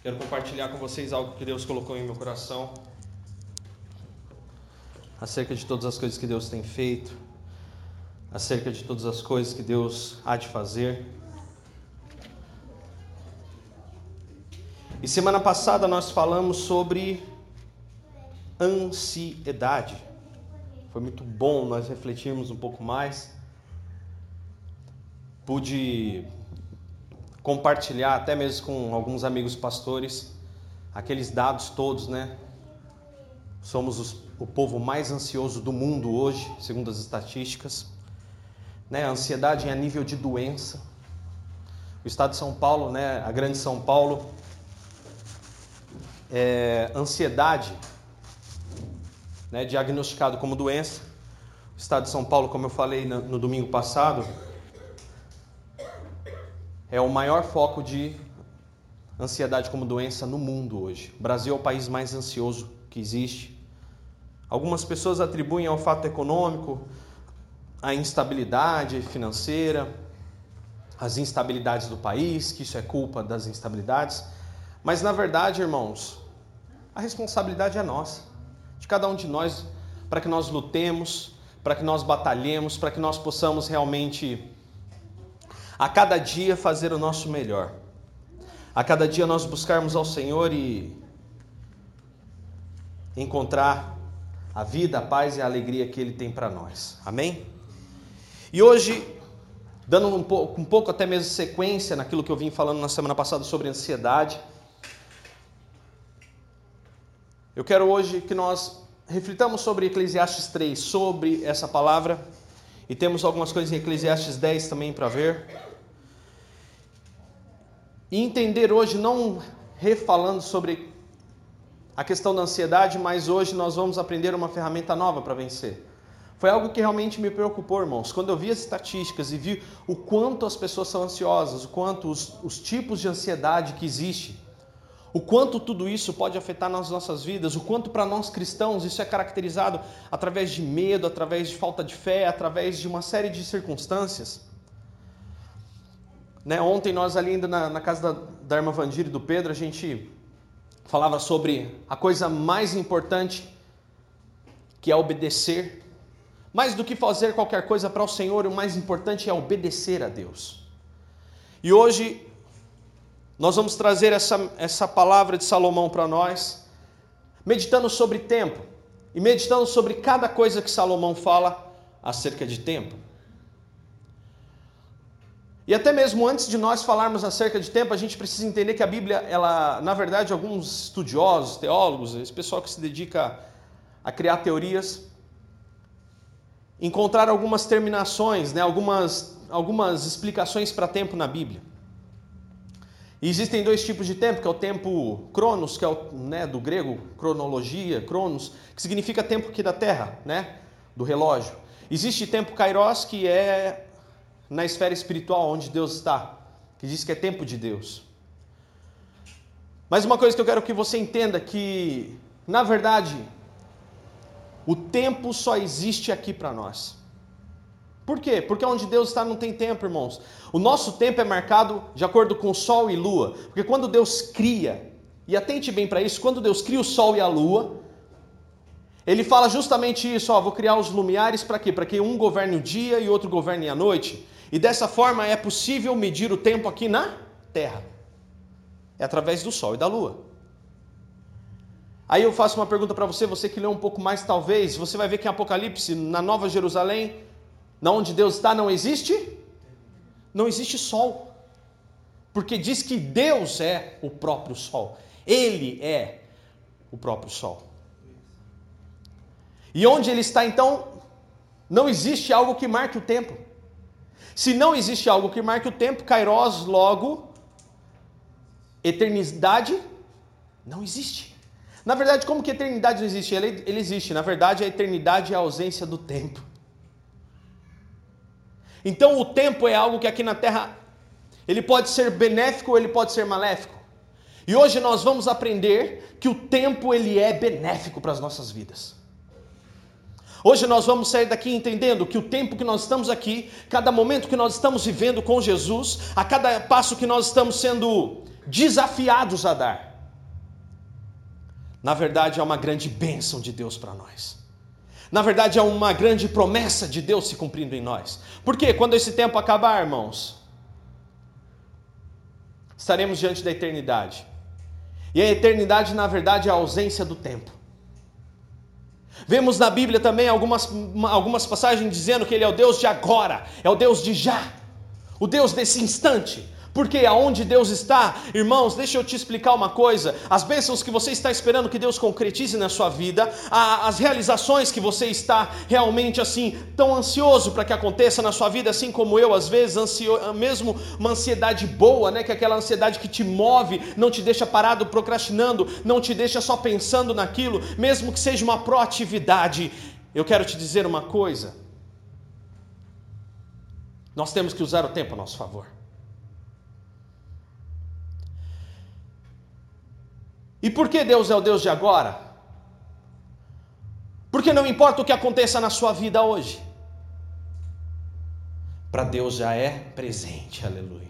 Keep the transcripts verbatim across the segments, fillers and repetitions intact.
Quero compartilhar com vocês algo que Deus colocou em meu coração acerca de todas as coisas que Deus tem feito, acerca de todas as coisas que Deus há de fazer. E semana passada nós falamos sobre ansiedade. Foi muito bom nós refletirmos um pouco mais. Pude compartilhar até mesmo com alguns amigos pastores aqueles dados todos, né? Somos os, o povo mais ansioso do mundo hoje, segundo as estatísticas, né? A ansiedade é a nível de doença. O estado de São Paulo, né? A grande São Paulo, é, ansiedade, né? Diagnosticado como doença. O estado de São Paulo, como eu falei no, no domingo passado, é o maior foco de ansiedade como doença no mundo hoje. O Brasil é o país mais ansioso que existe. Algumas pessoas atribuem ao fato econômico, à instabilidade financeira, às instabilidades do país, que isso é culpa das instabilidades. Mas na verdade, irmãos, a responsabilidade é nossa, de cada um de nós, para que nós lutemos, para que nós batalhemos, para que nós possamos realmente a cada dia fazer o nosso melhor. A cada dia nós buscarmos ao Senhor e encontrar a vida, a paz e a alegria que Ele tem para nós. Amém? E hoje, dando um pouco, um pouco até mesmo sequência naquilo que eu vim falando na semana passada sobre ansiedade, eu quero hoje que nós reflitamos sobre Eclesiastes três, sobre essa palavra, e temos algumas coisas em Eclesiastes dez também para ver. E entender hoje, não refalando sobre a questão da ansiedade, mas hoje nós vamos aprender uma ferramenta nova para vencer. Foi algo que realmente me preocupou, irmãos. Quando eu vi as estatísticas e vi o quanto as pessoas são ansiosas, o quanto os, os tipos de ansiedade que existe, o quanto tudo isso pode afetar nas nossas vidas, o quanto para nós cristãos isso é caracterizado através de medo, através de falta de fé, através de uma série de circunstâncias. Né? Ontem nós ali ainda na, na casa da, da irmã Vandira e do Pedro, a gente falava sobre a coisa mais importante, que é obedecer. Mais do que fazer qualquer coisa para o Senhor, o mais importante é obedecer a Deus. E hoje nós vamos trazer essa, essa palavra de Salomão para nós, meditando sobre tempo e meditando sobre cada coisa que Salomão fala acerca de tempo. E até mesmo antes de nós falarmos acerca de tempo, a gente precisa entender que a Bíblia, ela, na verdade, alguns estudiosos, teólogos, esse pessoal que se dedica a criar teorias, encontraram algumas terminações, né, algumas, algumas explicações para tempo na Bíblia. E existem dois tipos de tempo, que é o tempo cronos, que é o, né, do grego, cronologia, cronos, que significa tempo aqui da terra, né, do relógio. Existe tempo kairos, que é na esfera espiritual, onde Deus está, que diz que é tempo de Deus. Mas uma coisa que eu quero que você entenda, que, na verdade, o tempo só existe aqui para nós. Por quê? Porque onde Deus está não tem tempo, irmãos. O nosso tempo é marcado de acordo com o sol e lua. Porque quando Deus cria, e atente bem para isso, quando Deus cria o sol e a lua, Ele fala justamente isso, ó, vou criar os lumiares para quê? Para que um governe o dia e outro governe a noite. E dessa forma é possível medir o tempo aqui na terra. É através do sol e da lua. Aí eu faço uma pergunta para você, você que lê um pouco mais talvez, você vai ver que em Apocalipse, na Nova Jerusalém, na onde Deus está, não existe? Não existe sol. Porque diz que Deus é o próprio sol. Ele é o próprio sol. E onde Ele está, então, não existe algo que marque o tempo. Se não existe algo que marque o tempo, kairos, logo, eternidade, não existe. Na verdade, como que a eternidade não existe? Ele, ele existe. Na verdade, a eternidade é a ausência do tempo. Então, o tempo é algo que aqui na Terra, ele pode ser benéfico ou ele pode ser maléfico. E hoje nós vamos aprender que o tempo, ele é benéfico para as nossas vidas. Hoje nós vamos sair daqui entendendo que o tempo que nós estamos aqui, cada momento que nós estamos vivendo com Jesus, a cada passo que nós estamos sendo desafiados a dar, na verdade é uma grande bênção de Deus para nós. Na verdade é uma grande promessa de Deus se cumprindo em nós. Porque quando esse tempo acabar, irmãos, estaremos diante da eternidade. E a eternidade, na verdade, é a ausência do tempo. Vemos na Bíblia também algumas, algumas passagens dizendo que Ele é o Deus de agora, é o Deus de já, o Deus desse instante. Porque aonde Deus está, irmãos, deixa eu te explicar uma coisa, as bênçãos que você está esperando que Deus concretize na sua vida, as realizações que você está realmente assim, tão ansioso para que aconteça na sua vida, assim como eu, às vezes, ansio, mesmo uma ansiedade boa, né, que é aquela ansiedade que te move, não te deixa parado procrastinando, não te deixa só pensando naquilo, mesmo que seja uma proatividade. Eu quero te dizer uma coisa, nós temos que usar o tempo a nosso favor. E por que Deus é o Deus de agora? Porque não importa o que aconteça na sua vida hoje, para Deus já é presente, aleluia.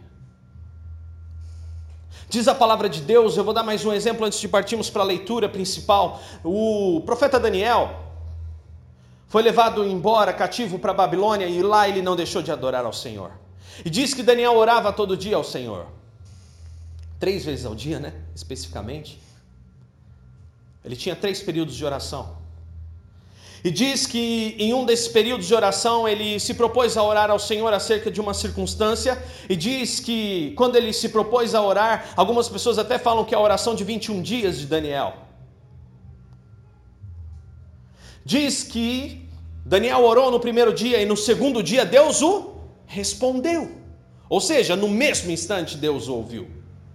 Diz a palavra de Deus, eu vou dar mais um exemplo antes de partirmos para a leitura principal. O profeta Daniel foi levado embora cativo para a Babilônia e lá ele não deixou de adorar ao Senhor. E diz que Daniel orava todo dia ao Senhor, três vezes ao dia, né, especificamente. Ele tinha três períodos de oração. E diz que em um desses períodos de oração ele se propôs a orar ao Senhor acerca de uma circunstância. E diz que quando ele se propôs a orar, algumas pessoas até falam que é a oração de vinte e um dias de Daniel. Diz que Daniel orou no primeiro dia e no segundo dia Deus o respondeu. Ou seja, no mesmo instante Deus o ouviu.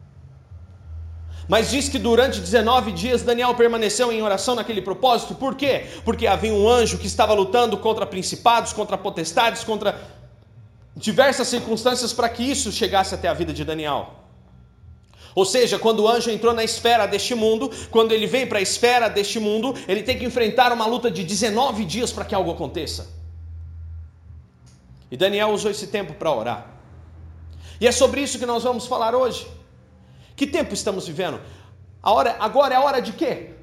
Mas diz que durante dezenove dias Daniel permaneceu em oração naquele propósito. Por quê? Porque havia um anjo que estava lutando contra principados, contra potestades, contra diversas circunstâncias para que isso chegasse até a vida de Daniel. Ou seja, quando o anjo entrou na esfera deste mundo, quando ele vem para a esfera deste mundo, ele tem que enfrentar uma luta de dezenove dias para que algo aconteça. E Daniel usou esse tempo para orar. E é sobre isso que nós vamos falar hoje. Que tempo estamos vivendo? A hora, agora é a hora de quê?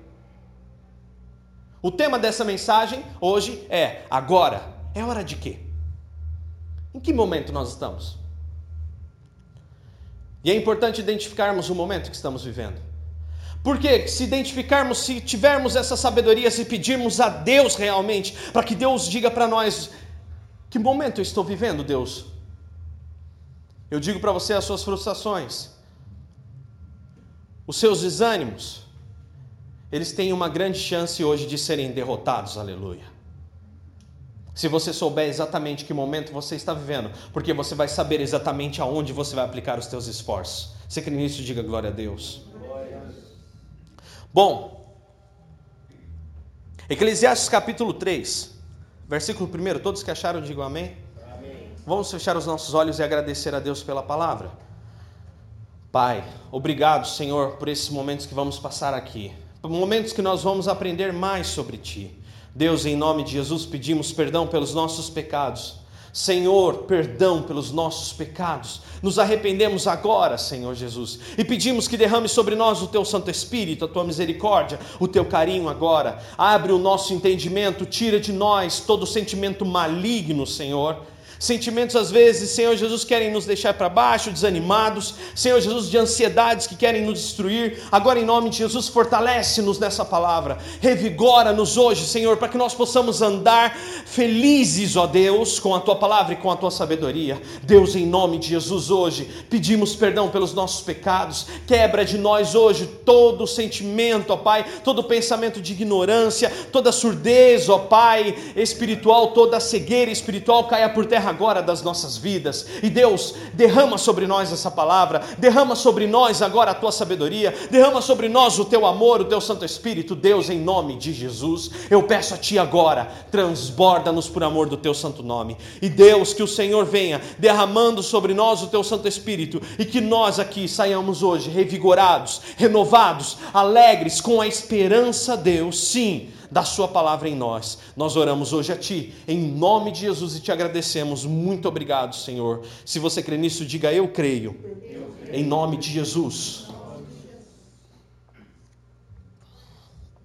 O tema dessa mensagem hoje é: agora é hora de quê? Em que momento nós estamos? E é importante identificarmos o momento que estamos vivendo. Porque se identificarmos, se tivermos essa sabedoria, se pedirmos a Deus realmente, para que Deus diga para nós: que momento eu estou vivendo, Deus? Eu digo para você as suas frustrações, os seus desânimos, eles têm uma grande chance hoje de serem derrotados, aleluia. Se você souber exatamente que momento você está vivendo, porque você vai saber exatamente aonde você vai aplicar os teus esforços. Você crê nisso? Diga glória a Deus. Glória. Bom, Eclesiastes capítulo três, versículo um, todos que acharam, digam amém. Amém. Vamos fechar os nossos olhos e agradecer a Deus pela palavra. Pai, obrigado, Senhor, por esses momentos que vamos passar aqui, por momentos que nós vamos aprender mais sobre Ti. Deus, em nome de Jesus, pedimos perdão pelos nossos pecados. Senhor, perdão pelos nossos pecados. Nos arrependemos agora, Senhor Jesus, e pedimos que derrame sobre nós o Teu Santo Espírito, a Tua misericórdia, o Teu carinho agora. Abre o nosso entendimento, tira de nós todo sentimento maligno, Senhor. Sentimentos às vezes, Senhor Jesus, querem nos deixar para baixo, desanimados, Senhor Jesus, de ansiedades que querem nos destruir. Agora, em nome de Jesus, fortalece-nos nessa palavra, revigora-nos hoje, Senhor, para que nós possamos andar felizes, ó Deus, com a Tua palavra e com a Tua sabedoria. Deus, em nome de Jesus, hoje pedimos perdão pelos nossos pecados. Quebra de nós hoje todo sentimento, ó Pai, todo pensamento de ignorância, toda surdez, ó Pai, espiritual, toda cegueira espiritual caia por terra agora das nossas vidas. E Deus, derrama sobre nós essa palavra, derrama sobre nós agora a Tua sabedoria, derrama sobre nós o Teu amor, o Teu Santo Espírito. Deus, em nome de Jesus, eu peço a Ti agora, transborda-nos por amor do Teu santo nome. E Deus, que o Senhor venha derramando sobre nós o Teu Santo Espírito, e que nós aqui saiamos hoje revigorados, renovados, alegres, com a esperança, Deus, sim, da Sua palavra em nós. Nós oramos hoje a Ti, em nome de Jesus, e Te agradecemos. Muito obrigado, Senhor. Se você crê nisso, diga: eu creio, em nome de Jesus.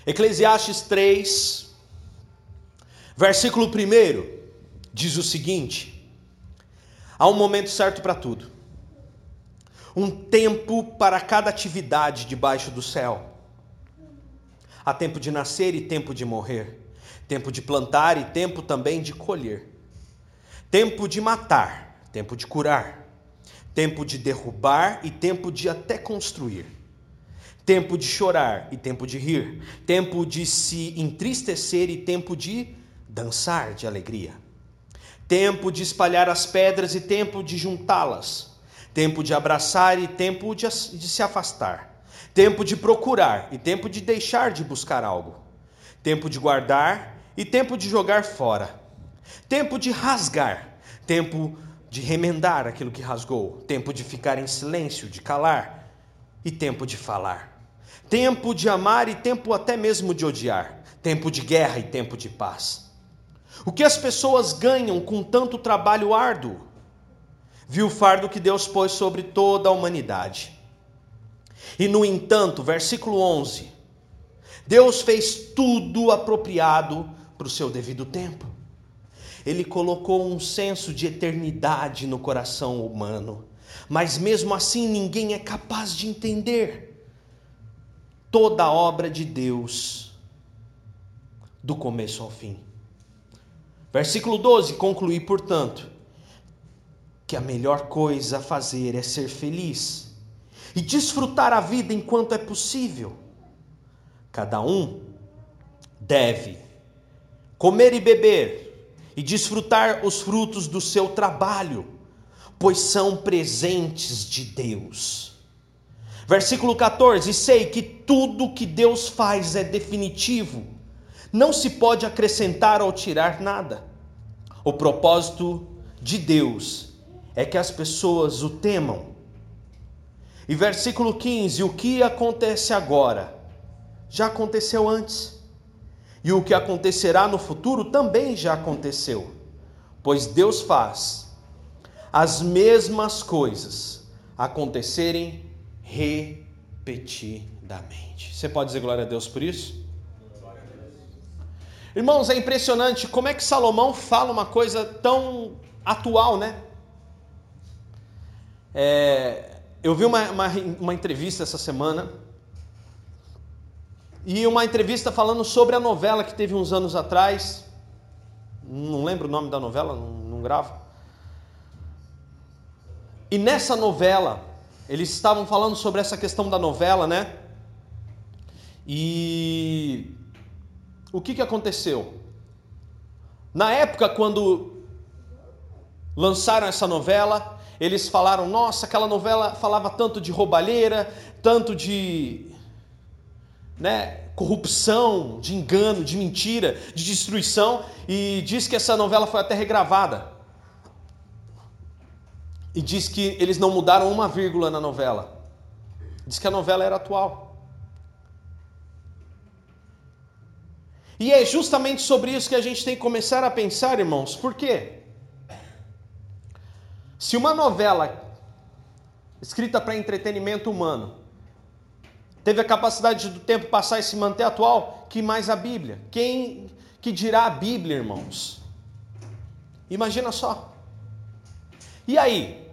Eclesiastes três, versículo um, diz o seguinte: há um momento certo para tudo, um tempo para cada atividade debaixo do céu. Há tempo de nascer e tempo de morrer, tempo de plantar e tempo também de colher, tempo de matar, tempo de curar, tempo de derrubar e tempo de até construir, tempo de chorar e tempo de rir, tempo de se entristecer e tempo de dançar de alegria, tempo de espalhar as pedras e tempo de juntá-las, tempo de abraçar e tempo de, de se afastar, tempo de procurar e tempo de deixar de buscar algo, tempo de guardar e tempo de jogar fora, tempo de rasgar, tempo de remendar aquilo que rasgou, tempo de ficar em silêncio, de calar e tempo de falar, tempo de amar e tempo até mesmo de odiar, tempo de guerra e tempo de paz. O que as pessoas ganham com tanto trabalho árduo? Viu o fardo que Deus pôs sobre toda a humanidade. E no entanto, versículo onze, Deus fez tudo apropriado para o seu devido tempo. Ele colocou um senso de eternidade no coração humano, mas mesmo assim ninguém é capaz de entender toda a obra de Deus, do começo ao fim. Versículo doze, concluí, portanto, que a melhor coisa a fazer é ser feliz e desfrutar a vida enquanto é possível. Cada um deve comer e beber e desfrutar os frutos do seu trabalho, pois são presentes de Deus. Versículo catorze, sei que tudo que Deus faz é definitivo, não se pode acrescentar ou tirar nada. O propósito de Deus é que as pessoas o temam. E versículo quinze, o que acontece agora já aconteceu antes, e o que acontecerá no futuro também já aconteceu, pois Deus faz as mesmas coisas acontecerem repetidamente. Você pode dizer glória a Deus por isso? Irmãos, é impressionante como é que Salomão fala uma coisa tão atual, né? É, eu vi uma, uma, uma entrevista essa semana, e uma entrevista falando sobre a novela que teve uns anos atrás, não lembro o nome da novela, não, não gravo. E nessa novela, eles estavam falando sobre essa questão da novela, né? E o que que aconteceu? Na época, quando lançaram essa novela, eles falaram, nossa, aquela novela falava tanto de roubalheira, tanto de, né, corrupção, de engano, de mentira, de destruição, e diz que essa novela foi até regravada. E diz que eles não mudaram uma vírgula na novela. Diz que a novela era atual. E é justamente sobre isso que a gente tem que começar a pensar, irmãos. Por quê? Se uma novela escrita para entretenimento humano teve a capacidade do tempo passar e se manter atual, que mais a Bíblia? Quem que dirá a Bíblia, irmãos? Imagina só. E aí?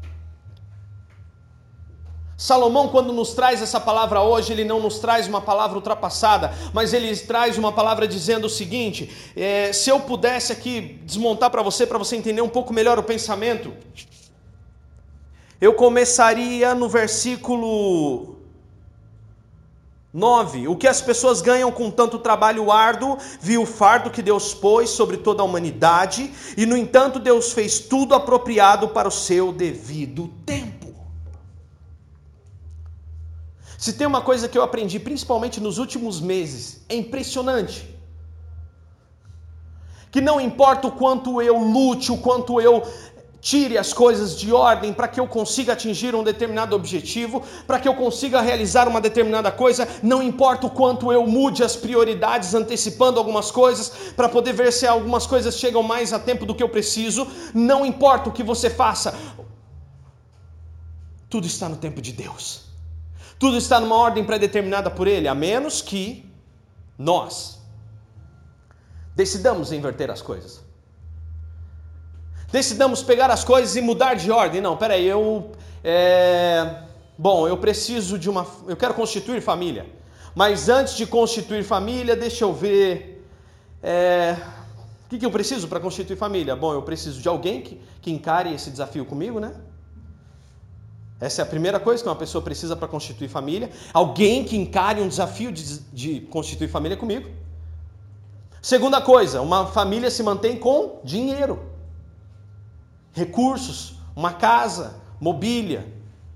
Salomão, quando nos traz essa palavra hoje, ele não nos traz uma palavra ultrapassada, mas ele traz uma palavra dizendo o seguinte, é, se eu pudesse aqui desmontar para você, para você entender um pouco melhor o pensamento, eu começaria no versículo nove, o que as pessoas ganham com tanto trabalho árduo, viu o fardo que Deus pôs sobre toda a humanidade, e no entanto Deus fez tudo apropriado para o seu devido tempo. Se tem uma coisa que eu aprendi, principalmente nos últimos meses, é impressionante, que não importa o quanto eu lute, o quanto eu tire as coisas de ordem para que eu consiga atingir um determinado objetivo, para que eu consiga realizar uma determinada coisa, não importa o quanto eu mude as prioridades, antecipando algumas coisas, para poder ver se algumas coisas chegam mais a tempo do que eu preciso, não importa o que você faça, tudo está no tempo de Deus. Tudo está numa ordem pré-determinada por Ele, a menos que nós decidamos inverter as coisas. Decidamos pegar as coisas e mudar de ordem. Não, peraí, eu... É, bom, eu preciso de uma... Eu quero constituir família. Mas antes de constituir família, deixa eu ver... É, o que, que eu preciso para constituir família? Bom, eu preciso de alguém que, que encare esse desafio comigo, né? Essa é a primeira coisa que uma pessoa precisa para constituir família. Alguém que encare um desafio de, de constituir família comigo. Segunda coisa, uma família se mantém com dinheiro. Recursos, uma casa, mobília.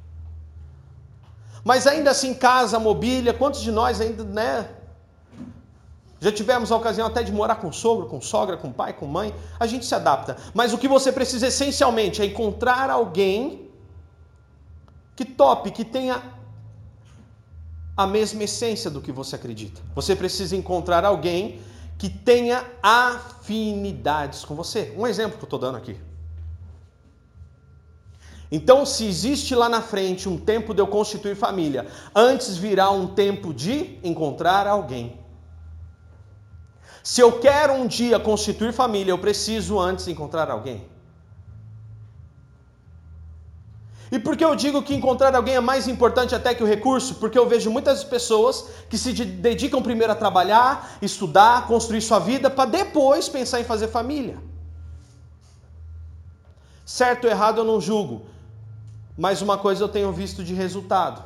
Mas ainda assim, casa, mobília, quantos de nós ainda, né? Já tivemos a ocasião até de morar com sogro, com sogra, com pai, com mãe. A gente se adapta. Mas o que você precisa essencialmente é encontrar alguém que tope, que tenha a mesma essência do que você acredita. Você precisa encontrar alguém que tenha afinidades com você. Um exemplo que eu estou dando aqui. Então, se existe lá na frente um tempo de eu constituir família, antes virá um tempo de encontrar alguém. Se eu quero um dia constituir família, eu preciso antes encontrar alguém. E por que eu digo que encontrar alguém é mais importante até que o recurso? Porque eu vejo muitas pessoas que se dedicam primeiro a trabalhar, estudar, construir sua vida, para depois pensar em fazer família. Certo ou errado eu não julgo, mas uma coisa eu tenho visto de resultado.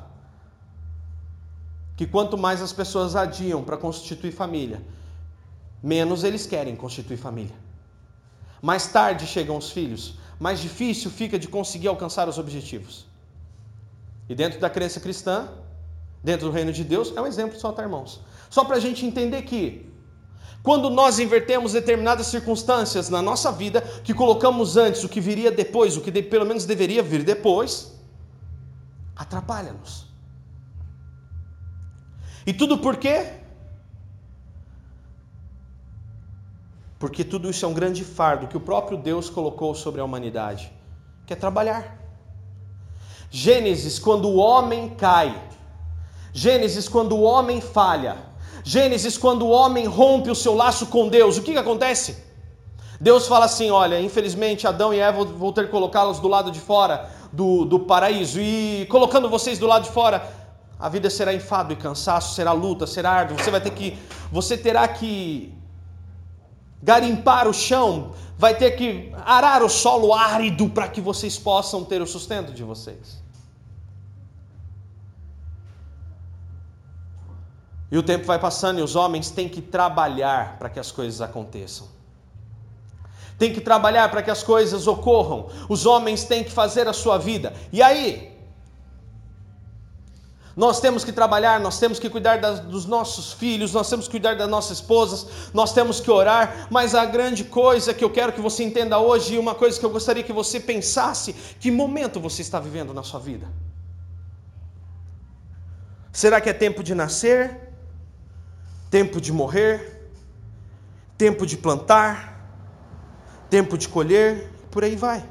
Que quanto mais as pessoas adiam para constituir família, menos eles querem constituir família. Mais tarde chegam os filhos, mais difícil fica de conseguir alcançar os objetivos. E dentro da crença cristã, dentro do reino de Deus, é um exemplo só, tá, irmãos? Só para a gente entender que, quando nós invertemos determinadas circunstâncias na nossa vida, que colocamos antes o que viria depois, o que de, pelo menos deveria vir depois, atrapalha-nos. E tudo por quê? Porque tudo isso é um grande fardo que o próprio Deus colocou sobre a humanidade, que é trabalhar. Gênesis, quando o homem cai. Gênesis, quando o homem falha. Gênesis, quando o homem rompe o seu laço com Deus. O que, que acontece? Deus fala assim, olha, infelizmente Adão e Eva vou ter que colocá-los do lado de fora do, do paraíso. E colocando vocês do lado de fora, a vida será enfado e cansaço, será luta, será árduo. Você vai ter que, você terá que garimpar o chão, vai ter que arar o solo árido para que vocês possam ter o sustento de vocês. E o tempo vai passando e os homens têm que trabalhar para que as coisas aconteçam. Tem que trabalhar para que as coisas ocorram. Os homens têm que fazer a sua vida. E aí? Nós temos que trabalhar, nós temos que cuidar das, dos nossos filhos, nós temos que cuidar das nossas esposas, nós temos que orar, mas a grande coisa que eu quero que você entenda hoje, e uma coisa que eu gostaria que você pensasse, que momento você está vivendo na sua vida? Será que é tempo de nascer? Tempo de morrer? Tempo de plantar? Tempo de colher? Por aí vai.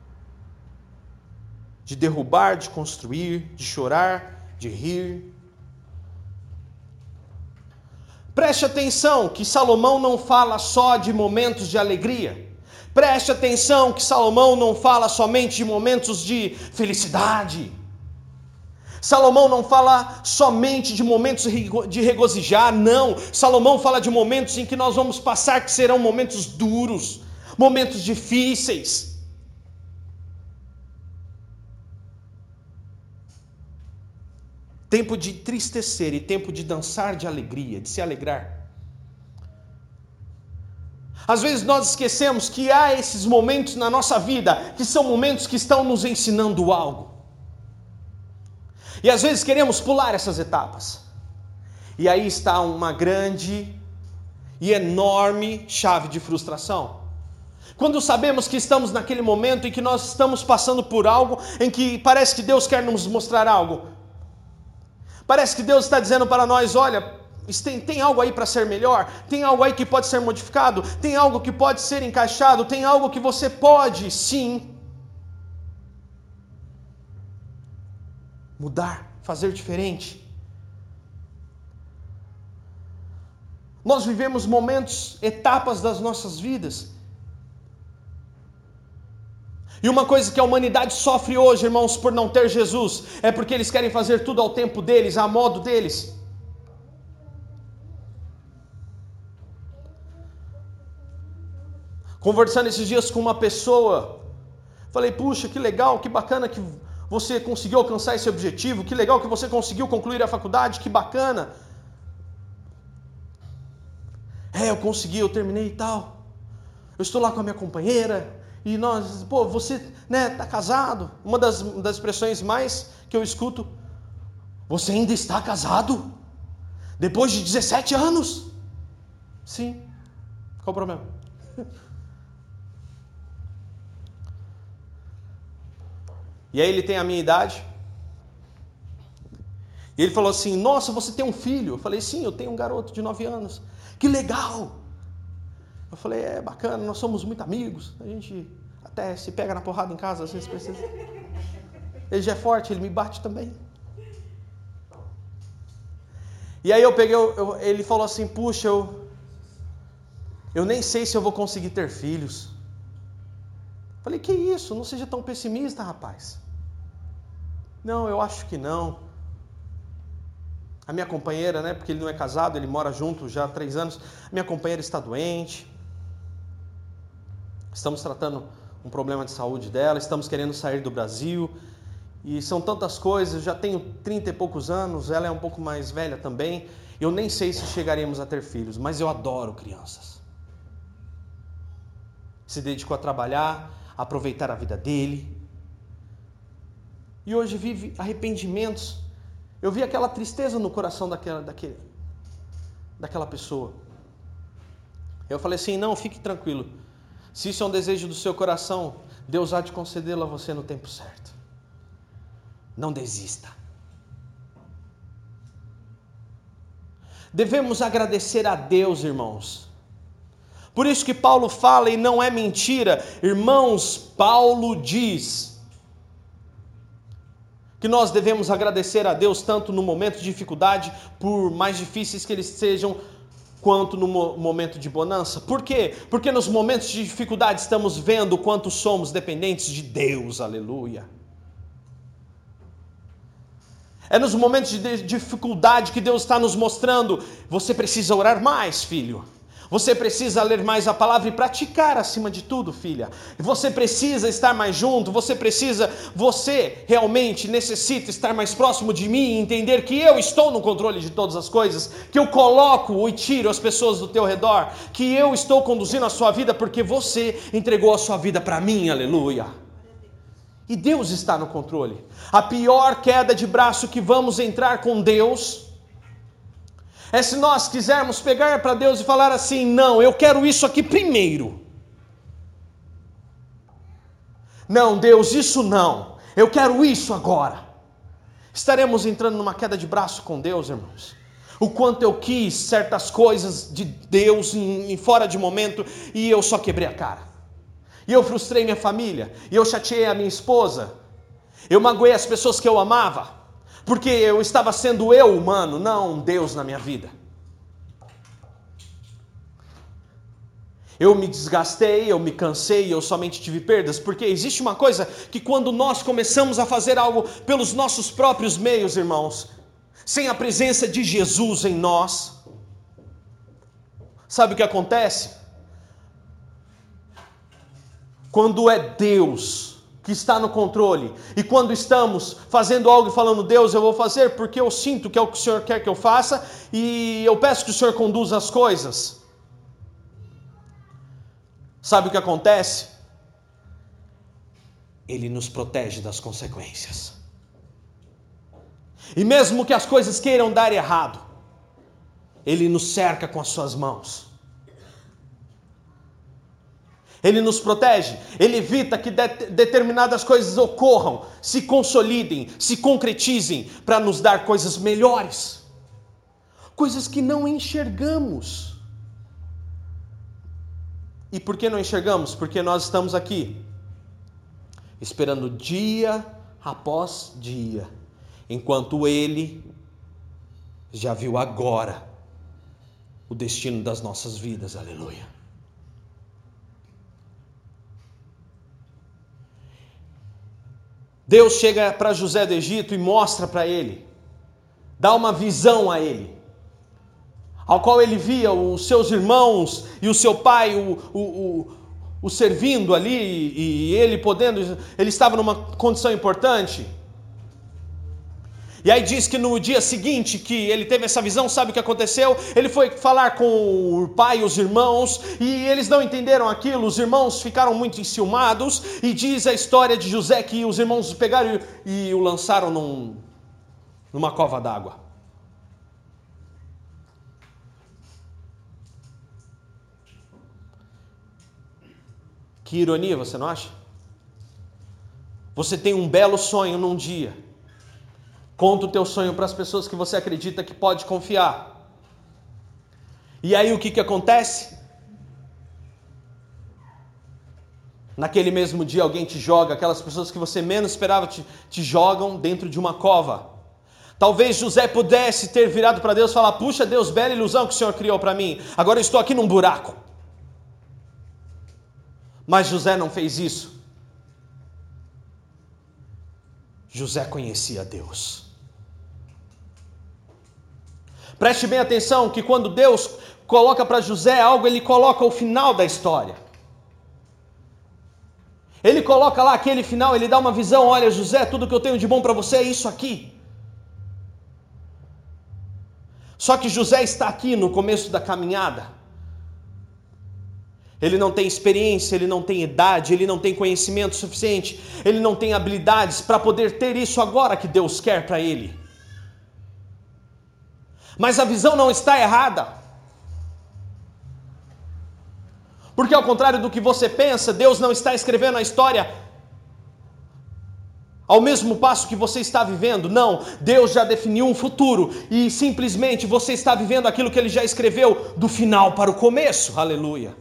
De derrubar, de construir, de chorar, de rir. Preste atenção que Salomão não fala só de momentos de alegria. Preste atenção que Salomão não fala somente de momentos de felicidade. Salomão não fala somente de momentos de regozijar, não. Salomão fala de momentos em que nós vamos passar que serão momentos duros, momentos difíceis. Tempo de tristecer e tempo de dançar de alegria, de se alegrar. Às vezes nós esquecemos que há esses momentos na nossa vida, que são momentos que estão nos ensinando algo. E às vezes queremos pular essas etapas. E aí está uma grande e enorme chave de frustração. Quando sabemos que estamos naquele momento em que nós estamos passando por algo, em que parece que Deus quer nos mostrar algo. Parece que Deus está dizendo para nós, olha, tem, tem algo aí para ser melhor, tem algo aí que pode ser modificado, tem algo que pode ser encaixado, tem algo que você pode, sim, mudar, fazer diferente. Nós vivemos momentos, etapas das nossas vidas. E uma coisa que a humanidade sofre hoje, irmãos, por não ter Jesus, é porque eles querem fazer tudo ao tempo deles, à modo deles. Conversando esses dias com uma pessoa, falei, puxa, que legal, que bacana que você conseguiu alcançar esse objetivo, que legal que você conseguiu concluir a faculdade, que bacana. É, eu consegui, eu terminei e tal. Eu estou lá com a minha companheira, e nós, pô, você, né, tá casado? Uma das, das expressões mais que eu escuto, você ainda está casado? Depois de dezessete anos? Sim. Qual o problema? E aí ele tem a minha idade. E ele falou assim, nossa, você tem um filho? Eu falei, sim, eu tenho um garoto de nove anos. Que legal! Eu falei, é bacana, nós somos muito amigos. A gente até se pega na porrada em casa, às vezes precisa. Ele já é forte, ele me bate também. E aí eu peguei, eu, eu, ele falou assim, puxa, eu, eu nem sei se eu vou conseguir ter filhos. Eu falei, que isso? Não seja tão pessimista, rapaz. Não, eu acho que não. A minha companheira, né, porque ele não é casado, ele mora junto já há três anos. A minha companheira está doente. Estamos tratando um problema de saúde dela, estamos querendo sair do Brasil. E são tantas coisas, eu já tenho trinta e poucos anos, ela é um pouco mais velha também. Eu nem sei se chegaremos a ter filhos, mas eu adoro crianças. Se dedicou a trabalhar, a aproveitar a vida dele. E hoje vive arrependimentos. Eu vi aquela tristeza no coração daquela, daquele, daquela pessoa. Eu falei assim, não, fique tranquilo. Se isso é um desejo do seu coração, Deus há de concedê-lo a você no tempo certo. Não desista. Devemos agradecer a Deus, irmãos. Por isso que Paulo fala, e não é mentira, irmãos, Paulo diz que nós devemos agradecer a Deus tanto no momento de dificuldade, por mais difíceis que eles sejam, quanto no momento de bonança. Por quê? Porque nos momentos de dificuldade estamos vendo o quanto somos dependentes de Deus, aleluia. É nos momentos de dificuldade que Deus está nos mostrando, você precisa orar mais, filho. Você precisa ler mais a palavra e praticar acima de tudo, filha. Você precisa estar mais junto, você precisa, você realmente necessita estar mais próximo de mim e entender que eu estou no controle de todas as coisas, que eu coloco e tiro as pessoas do teu redor, que eu estou conduzindo a sua vida porque você entregou a sua vida para mim, aleluia. E Deus está no controle. A pior queda de braço que vamos entrar com Deus é se nós quisermos pegar para Deus e falar assim, não, eu quero isso aqui primeiro. Não, Deus, isso não. Eu quero isso agora. Estaremos entrando numa queda de braço com Deus, irmãos. O quanto eu quis certas coisas de Deus em, em fora de momento e eu só quebrei a cara. E eu frustrei minha família. E eu chateei a minha esposa. Eu magoei as pessoas que eu amava. Porque eu estava sendo eu humano, não Deus na minha vida. Eu me desgastei, eu me cansei, eu somente tive perdas. Porque existe uma coisa que quando nós começamos a fazer algo pelos nossos próprios meios, irmãos, sem a presença de Jesus em nós, sabe o que acontece? Quando é Deus que está no controle, e quando estamos fazendo algo e falando, Deus, eu vou fazer porque eu sinto que é o que o Senhor quer que eu faça, e eu peço que o Senhor conduza as coisas. Sabe o que acontece? Ele nos protege das consequências. E mesmo que as coisas queiram dar errado, Ele nos cerca com as suas mãos. Ele nos protege, Ele evita que de- determinadas coisas ocorram, se consolidem, se concretizem, para nos dar coisas melhores. Coisas que não enxergamos. E por que não enxergamos? Porque nós estamos aqui, esperando dia após dia, enquanto Ele já viu agora o destino das nossas vidas. Aleluia. Deus chega para José do Egito e mostra para ele, dá uma visão a ele, ao qual ele via os seus irmãos e o seu pai o, o, o, o servindo ali, e ele podendo, ele estava numa condição importante. E aí diz que no dia seguinte que ele teve essa visão, sabe o que aconteceu? Ele foi falar com o pai e os irmãos, e eles não entenderam aquilo, os irmãos ficaram muito enciumados, e diz a história de José que os irmãos o pegaram e, e o lançaram num, numa cova d'água. Que ironia, você não acha? Você tem um belo sonho num dia, conta o teu sonho para as pessoas que você acredita que pode confiar. E aí o que, que acontece? Naquele mesmo dia alguém te joga, aquelas pessoas que você menos esperava te, te jogam dentro de uma cova. Talvez José pudesse ter virado para Deus e falar: puxa Deus, bela ilusão que o Senhor criou para mim, agora eu estou aqui num buraco. Mas José não fez isso. José conhecia Deus. Preste bem atenção que quando Deus coloca para José algo, Ele coloca o final da história. Ele coloca lá aquele final, Ele dá uma visão: olha José, tudo que eu tenho de bom para você é isso aqui. Só que José está aqui no começo da caminhada. Ele não tem experiência, ele não tem idade, ele não tem conhecimento suficiente, ele não tem habilidades para poder ter isso agora que Deus quer para ele. Mas a visão não está errada. Porque ao contrário do que você pensa, Deus não está escrevendo a história ao mesmo passo que você está vivendo. Não, Deus já definiu um futuro e simplesmente você está vivendo aquilo que Ele já escreveu do final para o começo. Aleluia.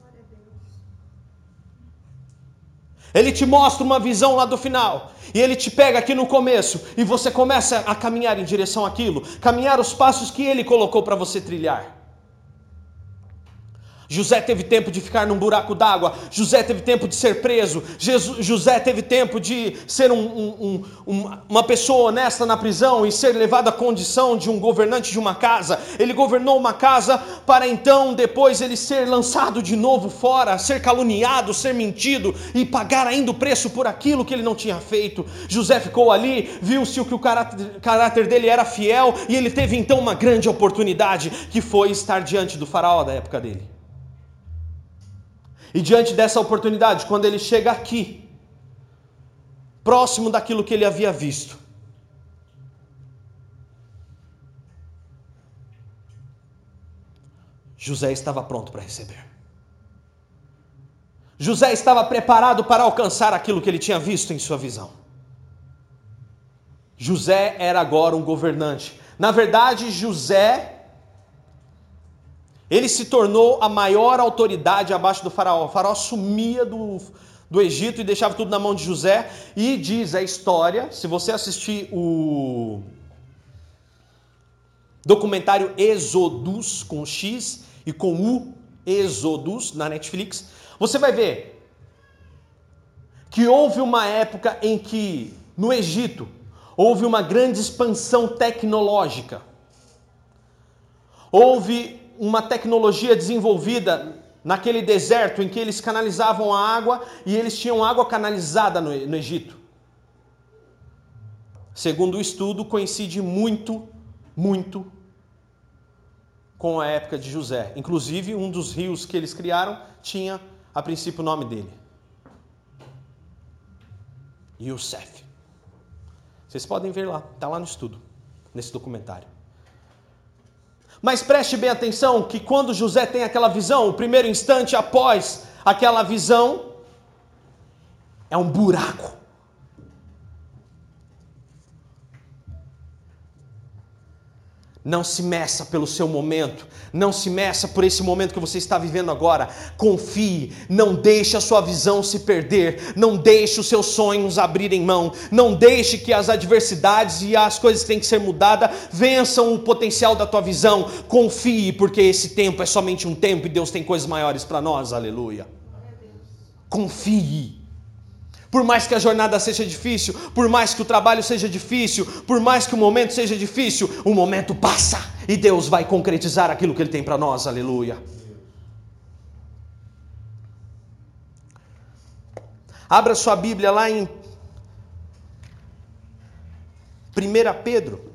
Ele te mostra uma visão lá do final, e Ele te pega aqui no começo, e você começa a caminhar em direção àquilo, caminhar os passos que Ele colocou para você trilhar. José teve tempo de ficar num buraco d'água, José teve tempo de ser preso, Jesus, José teve tempo de ser um, um, um, uma pessoa honesta na prisão e ser levado à condição de um governante de uma casa. Ele governou uma casa para então depois ele ser lançado de novo fora, ser caluniado, ser mentido e pagar ainda o preço por aquilo que ele não tinha feito. José ficou ali, viu-se que o caráter, caráter dele era fiel, e ele teve então uma grande oportunidade, que foi estar diante do faraó da época dele. E diante dessa oportunidade, quando ele chega aqui, próximo daquilo que ele havia visto, José estava pronto para receber. José estava preparado para alcançar aquilo que ele tinha visto em sua visão. José era agora um governante. Na verdade, José, ele se tornou a maior autoridade abaixo do faraó. O faraó sumia do, do Egito e deixava tudo na mão de José. E diz a história, se você assistir o documentário Exodus, com X e com U, Exodus, na Netflix, você vai ver que houve uma época em que, no Egito, houve uma grande expansão tecnológica. Houve uma tecnologia desenvolvida naquele deserto em que eles canalizavam a água, e eles tinham água canalizada no, no Egito. Segundo o estudo, coincide muito, muito com a época de José. Inclusive, um dos rios que eles criaram tinha, a princípio, o nome dele: Youssef. Vocês podem ver lá, está lá no estudo, nesse documentário. Mas preste bem atenção que quando José tem aquela visão, o primeiro instante após aquela visão é um buraco. Não se meça pelo seu momento, não se meça por esse momento que você está vivendo agora. Confie, não deixe a sua visão se perder, não deixe os seus sonhos abrirem mão, não deixe que as adversidades e as coisas que têm que ser mudadas vençam o potencial da tua visão. Confie, porque esse tempo é somente um tempo e Deus tem coisas maiores para nós, aleluia. Confie. Por mais que a jornada seja difícil, por mais que o trabalho seja difícil, por mais que o momento seja difícil, o momento passa e Deus vai concretizar aquilo que Ele tem para nós, aleluia. Abra sua Bíblia lá em primeira Pedro.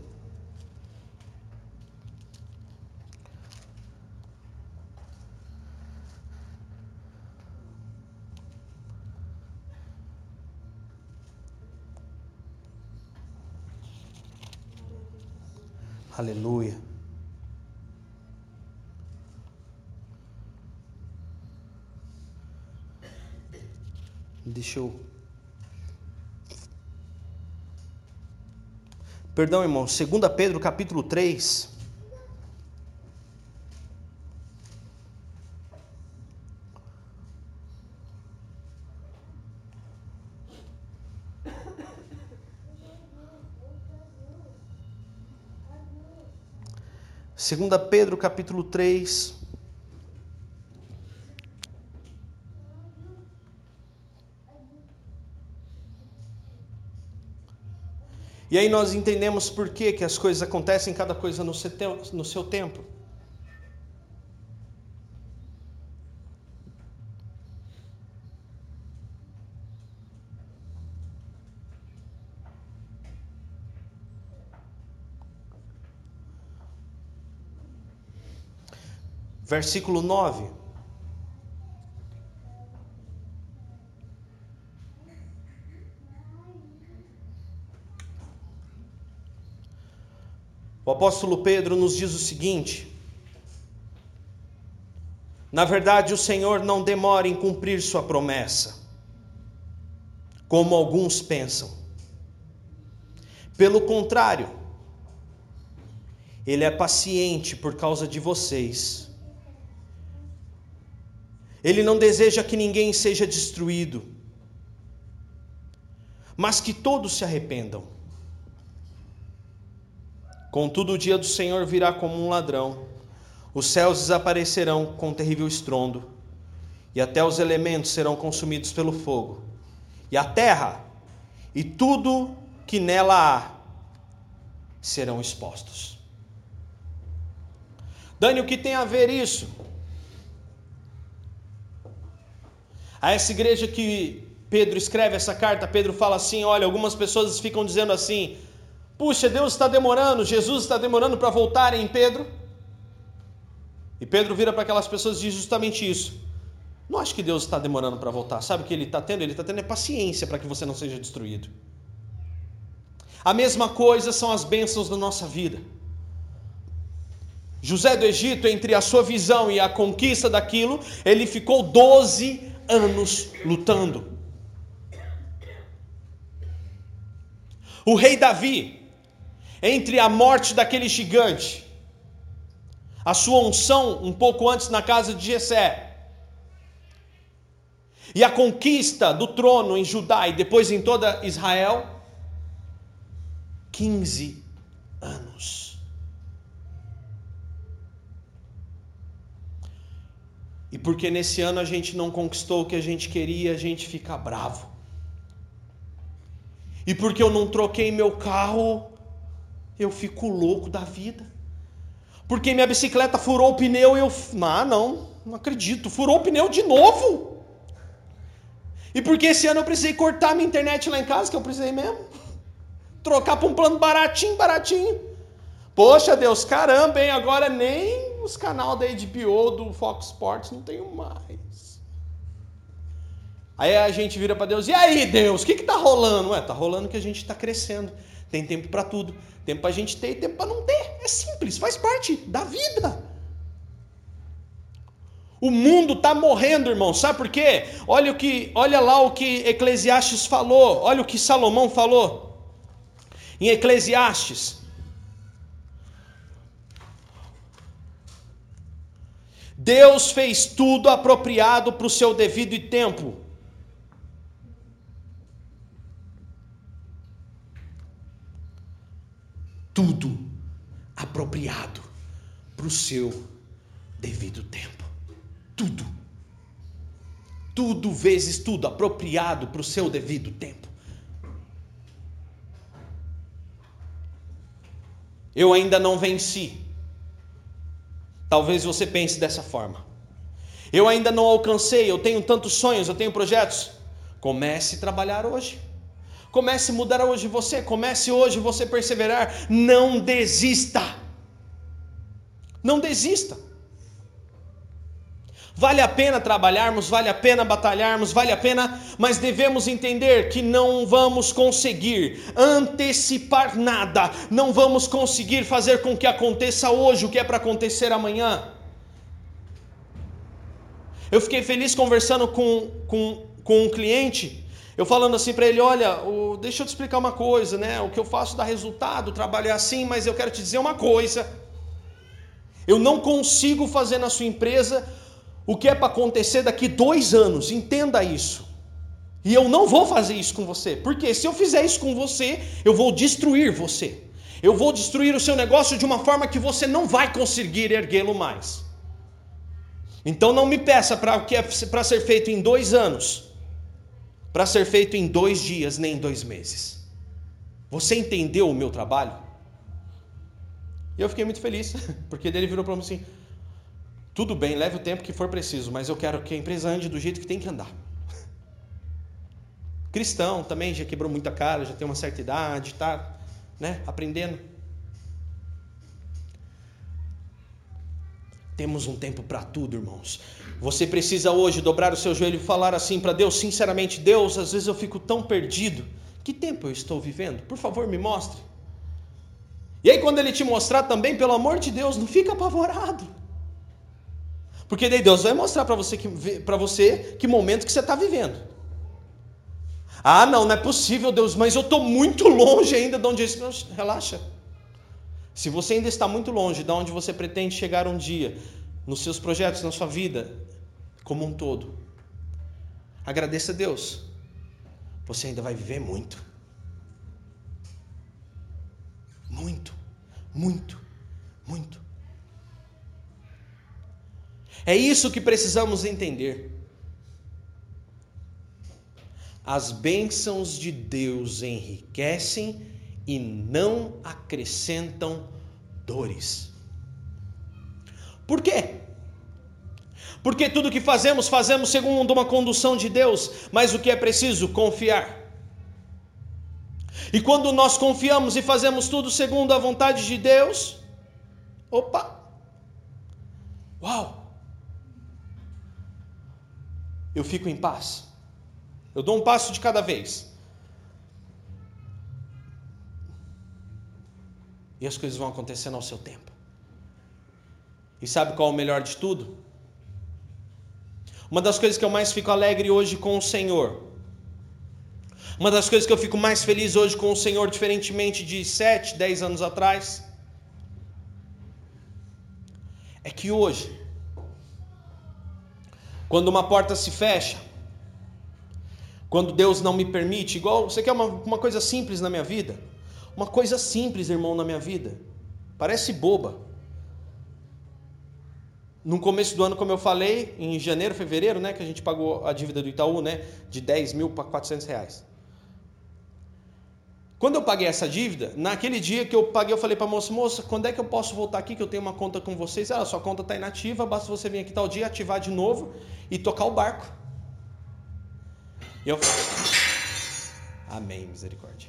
Aleluia. Deixa eu... Perdão, irmão. segunda Pedro, capítulo três. segunda Pedro, capítulo três. E aí nós entendemos por que que as coisas acontecem, cada coisa no seu, no seu tempo. Versículo nove. O apóstolo Pedro nos diz o seguinte: na verdade, o Senhor não demora em cumprir sua promessa, como alguns pensam. Pelo contrário, Ele é paciente por causa de vocês. Ele não deseja que ninguém seja destruído, mas que todos se arrependam. Contudo, o dia do Senhor virá como um ladrão. Os céus desaparecerão com terrível estrondo, e até os elementos serão consumidos pelo fogo. E a terra e tudo que nela há serão expostos. Dani, o que tem a ver isso? A essa igreja que Pedro escreve essa carta, Pedro fala assim, olha, algumas pessoas ficam dizendo assim, puxa, Deus está demorando, Jesus está demorando para voltar em Pedro. E Pedro vira para aquelas pessoas e diz justamente isso. Não acho que Deus está demorando para voltar. Sabe o que Ele está tendo? Ele está tendo é paciência para que você não seja destruído. A mesma coisa são as bênçãos da nossa vida. José do Egito, entre a sua visão e a conquista daquilo, ele ficou doze anos lutando. O rei Davi, entre a morte daquele gigante, a sua unção um pouco antes na casa de Jessé, e a conquista do trono em Judá e depois em toda Israel, quinze anos. E porque nesse ano a gente não conquistou o que a gente queria, a gente fica bravo. E porque eu não troquei meu carro, eu fico louco da vida. Porque minha bicicleta furou o pneu e eu... Ah, não, não acredito, furou o pneu de novo. E porque esse ano eu precisei cortar minha internet lá em casa, que eu precisei mesmo. Trocar para um plano baratinho, baratinho. Poxa Deus, caramba, hein, agora nem os canais da H B O, do Fox Sports, não tenho mais. Aí a gente vira para Deus, e aí Deus, o que que tá rolando? Ué, tá rolando que a gente tá crescendo. Tem tempo para tudo. Tempo para a gente ter e tempo para não ter. É simples, faz parte da vida. O mundo está morrendo, irmão. Sabe por quê? Olha, o que, olha lá o que Eclesiastes falou. Olha o que Salomão falou. Em Eclesiastes. Deus fez tudo apropriado para o seu devido tempo. Tudo apropriado para o seu devido tempo. Tudo. Tudo vezes tudo apropriado para o seu devido tempo. Eu ainda não venci. Talvez você pense dessa forma. Eu ainda não alcancei, eu tenho tantos sonhos, eu tenho projetos. Comece a trabalhar hoje. Comece a mudar hoje você. Comece hoje você perseverar. Não desista. Não desista. Vale a pena trabalharmos, vale a pena batalharmos, vale a pena, mas devemos entender que não vamos conseguir antecipar nada, não vamos conseguir fazer com que aconteça hoje o que é para acontecer amanhã. Eu fiquei feliz conversando com, com, com um cliente, eu falando assim para ele, olha, o, deixa eu te explicar uma coisa, né? O que eu faço dá resultado, o trabalho é assim, mas eu quero te dizer uma coisa, eu não consigo fazer na sua empresa o que é para acontecer daqui dois anos, entenda isso. E eu não vou fazer isso com você, porque se eu fizer isso com você, eu vou destruir você. Eu vou destruir o seu negócio de uma forma que você não vai conseguir erguê-lo mais. Então não me peça para o que é para ser feito em dois anos, para ser feito em dois dias, nem em dois meses. Você entendeu o meu trabalho? E eu fiquei muito feliz, porque ele virou para mim assim, tudo bem, leve o tempo que for preciso, mas eu quero que a empresa ande do jeito que tem que andar. Cristão também, já quebrou muita cara, já tem uma certa idade, está, né, aprendendo. Temos um tempo para tudo, irmãos. Você precisa hoje dobrar o seu joelho e falar assim para Deus, sinceramente, Deus, às vezes eu fico tão perdido. Que tempo eu estou vivendo? Por favor, me mostre. E aí quando Ele te mostrar também, pelo amor de Deus, não fica apavorado. Porque daí Deus vai mostrar para você, que, para você que momento que você está vivendo. Ah, não, não é possível, Deus, mas eu estou muito longe ainda de onde eu estou. Relaxa. Se você ainda está muito longe de onde você pretende chegar um dia, nos seus projetos, na sua vida, como um todo, agradeça a Deus. Você ainda vai viver muito. Muito, muito, muito. É isso que precisamos entender. As bênçãos de Deus enriquecem e não acrescentam dores. Por quê? Porque tudo que fazemos, fazemos segundo uma condução de Deus, mas o que é preciso? Confiar. E quando nós confiamos e fazemos tudo segundo a vontade de Deus, opa, uau, eu fico em paz. Eu dou um passo de cada vez. E as coisas vão acontecendo ao seu tempo. E sabe qual é o melhor de tudo? Uma das coisas que eu mais fico alegre hoje com o Senhor, uma das coisas que eu fico mais feliz hoje com o Senhor, diferentemente de sete, dez anos atrás, é que hoje, quando uma porta se fecha, quando Deus não me permite, igual, você quer uma, uma coisa simples na minha vida? Uma coisa simples, irmão, na minha vida. Parece boba. No começo do ano, como eu falei, em janeiro, fevereiro, né, que a gente pagou a dívida do Itaú, né, de dez mil para quatrocentos reais. Quando eu paguei essa dívida, naquele dia que eu paguei, eu falei para a moça, moça, quando é que eu posso voltar aqui, que eu tenho uma conta com vocês? Ela, sua conta está inativa, basta você vir aqui tal dia, ativar de novo e tocar o barco. E eu falei, amém, misericórdia.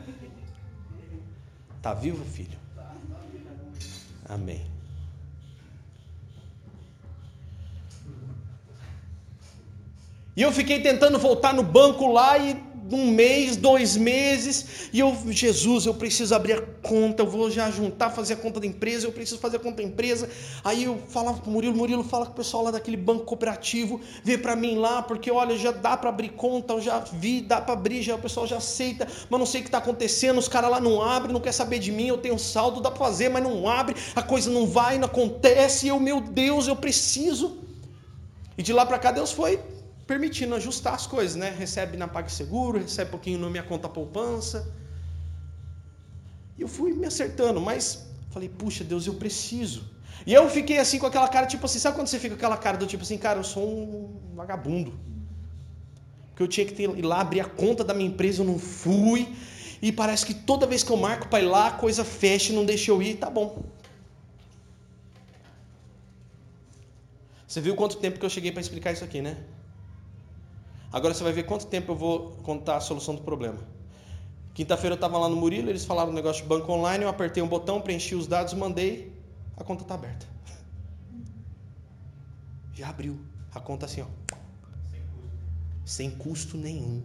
Tá vivo, filho? Amém. E eu fiquei tentando voltar no banco lá e um mês, dois meses, e eu, Jesus, eu preciso abrir a conta, eu vou já juntar, fazer a conta da empresa, eu preciso fazer a conta da empresa. Aí eu falava com o Murilo, Murilo, fala com o pessoal lá daquele banco cooperativo, vê para mim lá, porque olha, já dá para abrir conta, eu já vi, dá para abrir, já, o pessoal já aceita, mas não sei o que está acontecendo, os caras lá não abrem, não quer saber de mim, eu tenho saldo, dá para fazer, mas não abre, a coisa não vai, não acontece, e eu, meu Deus, eu preciso. E de lá para cá Deus foi permitindo ajustar as coisas, né? Recebe na PagSeguro, recebe um pouquinho na minha conta poupança. E eu fui me acertando, mas falei, puxa Deus, eu preciso. E eu fiquei assim com aquela cara, tipo assim, sabe quando você fica com aquela cara do tipo assim, cara, eu sou um vagabundo. Porque eu tinha que ter, ir lá abrir a conta da minha empresa, eu não fui. E parece que toda vez que eu marco para ir lá, a coisa fecha e não deixa eu ir, tá bom. Você viu quanto tempo que eu cheguei para explicar isso aqui, né? Agora você vai ver quanto tempo eu vou contar a solução do problema. Quinta-feira eu estava lá no Murilo, eles falaram um negócio de banco online, eu apertei um botão, preenchi os dados, mandei, a conta está aberta. Já abriu. A conta assim, ó. Sem custo nenhum.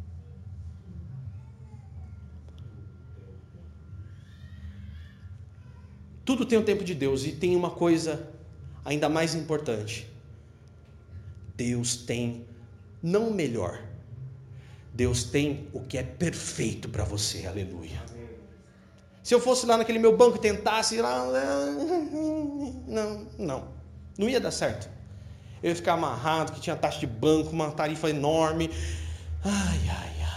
Tudo tem o tempo de Deus, e tem uma coisa ainda mais importante. Deus tem não o melhor. Deus tem o que é perfeito para você. Aleluia. Se eu fosse lá naquele meu banco e tentasse lá, não, não, não ia dar certo. Eu ia ficar amarrado, que tinha taxa de banco, uma tarifa enorme. Ai, ai, ai.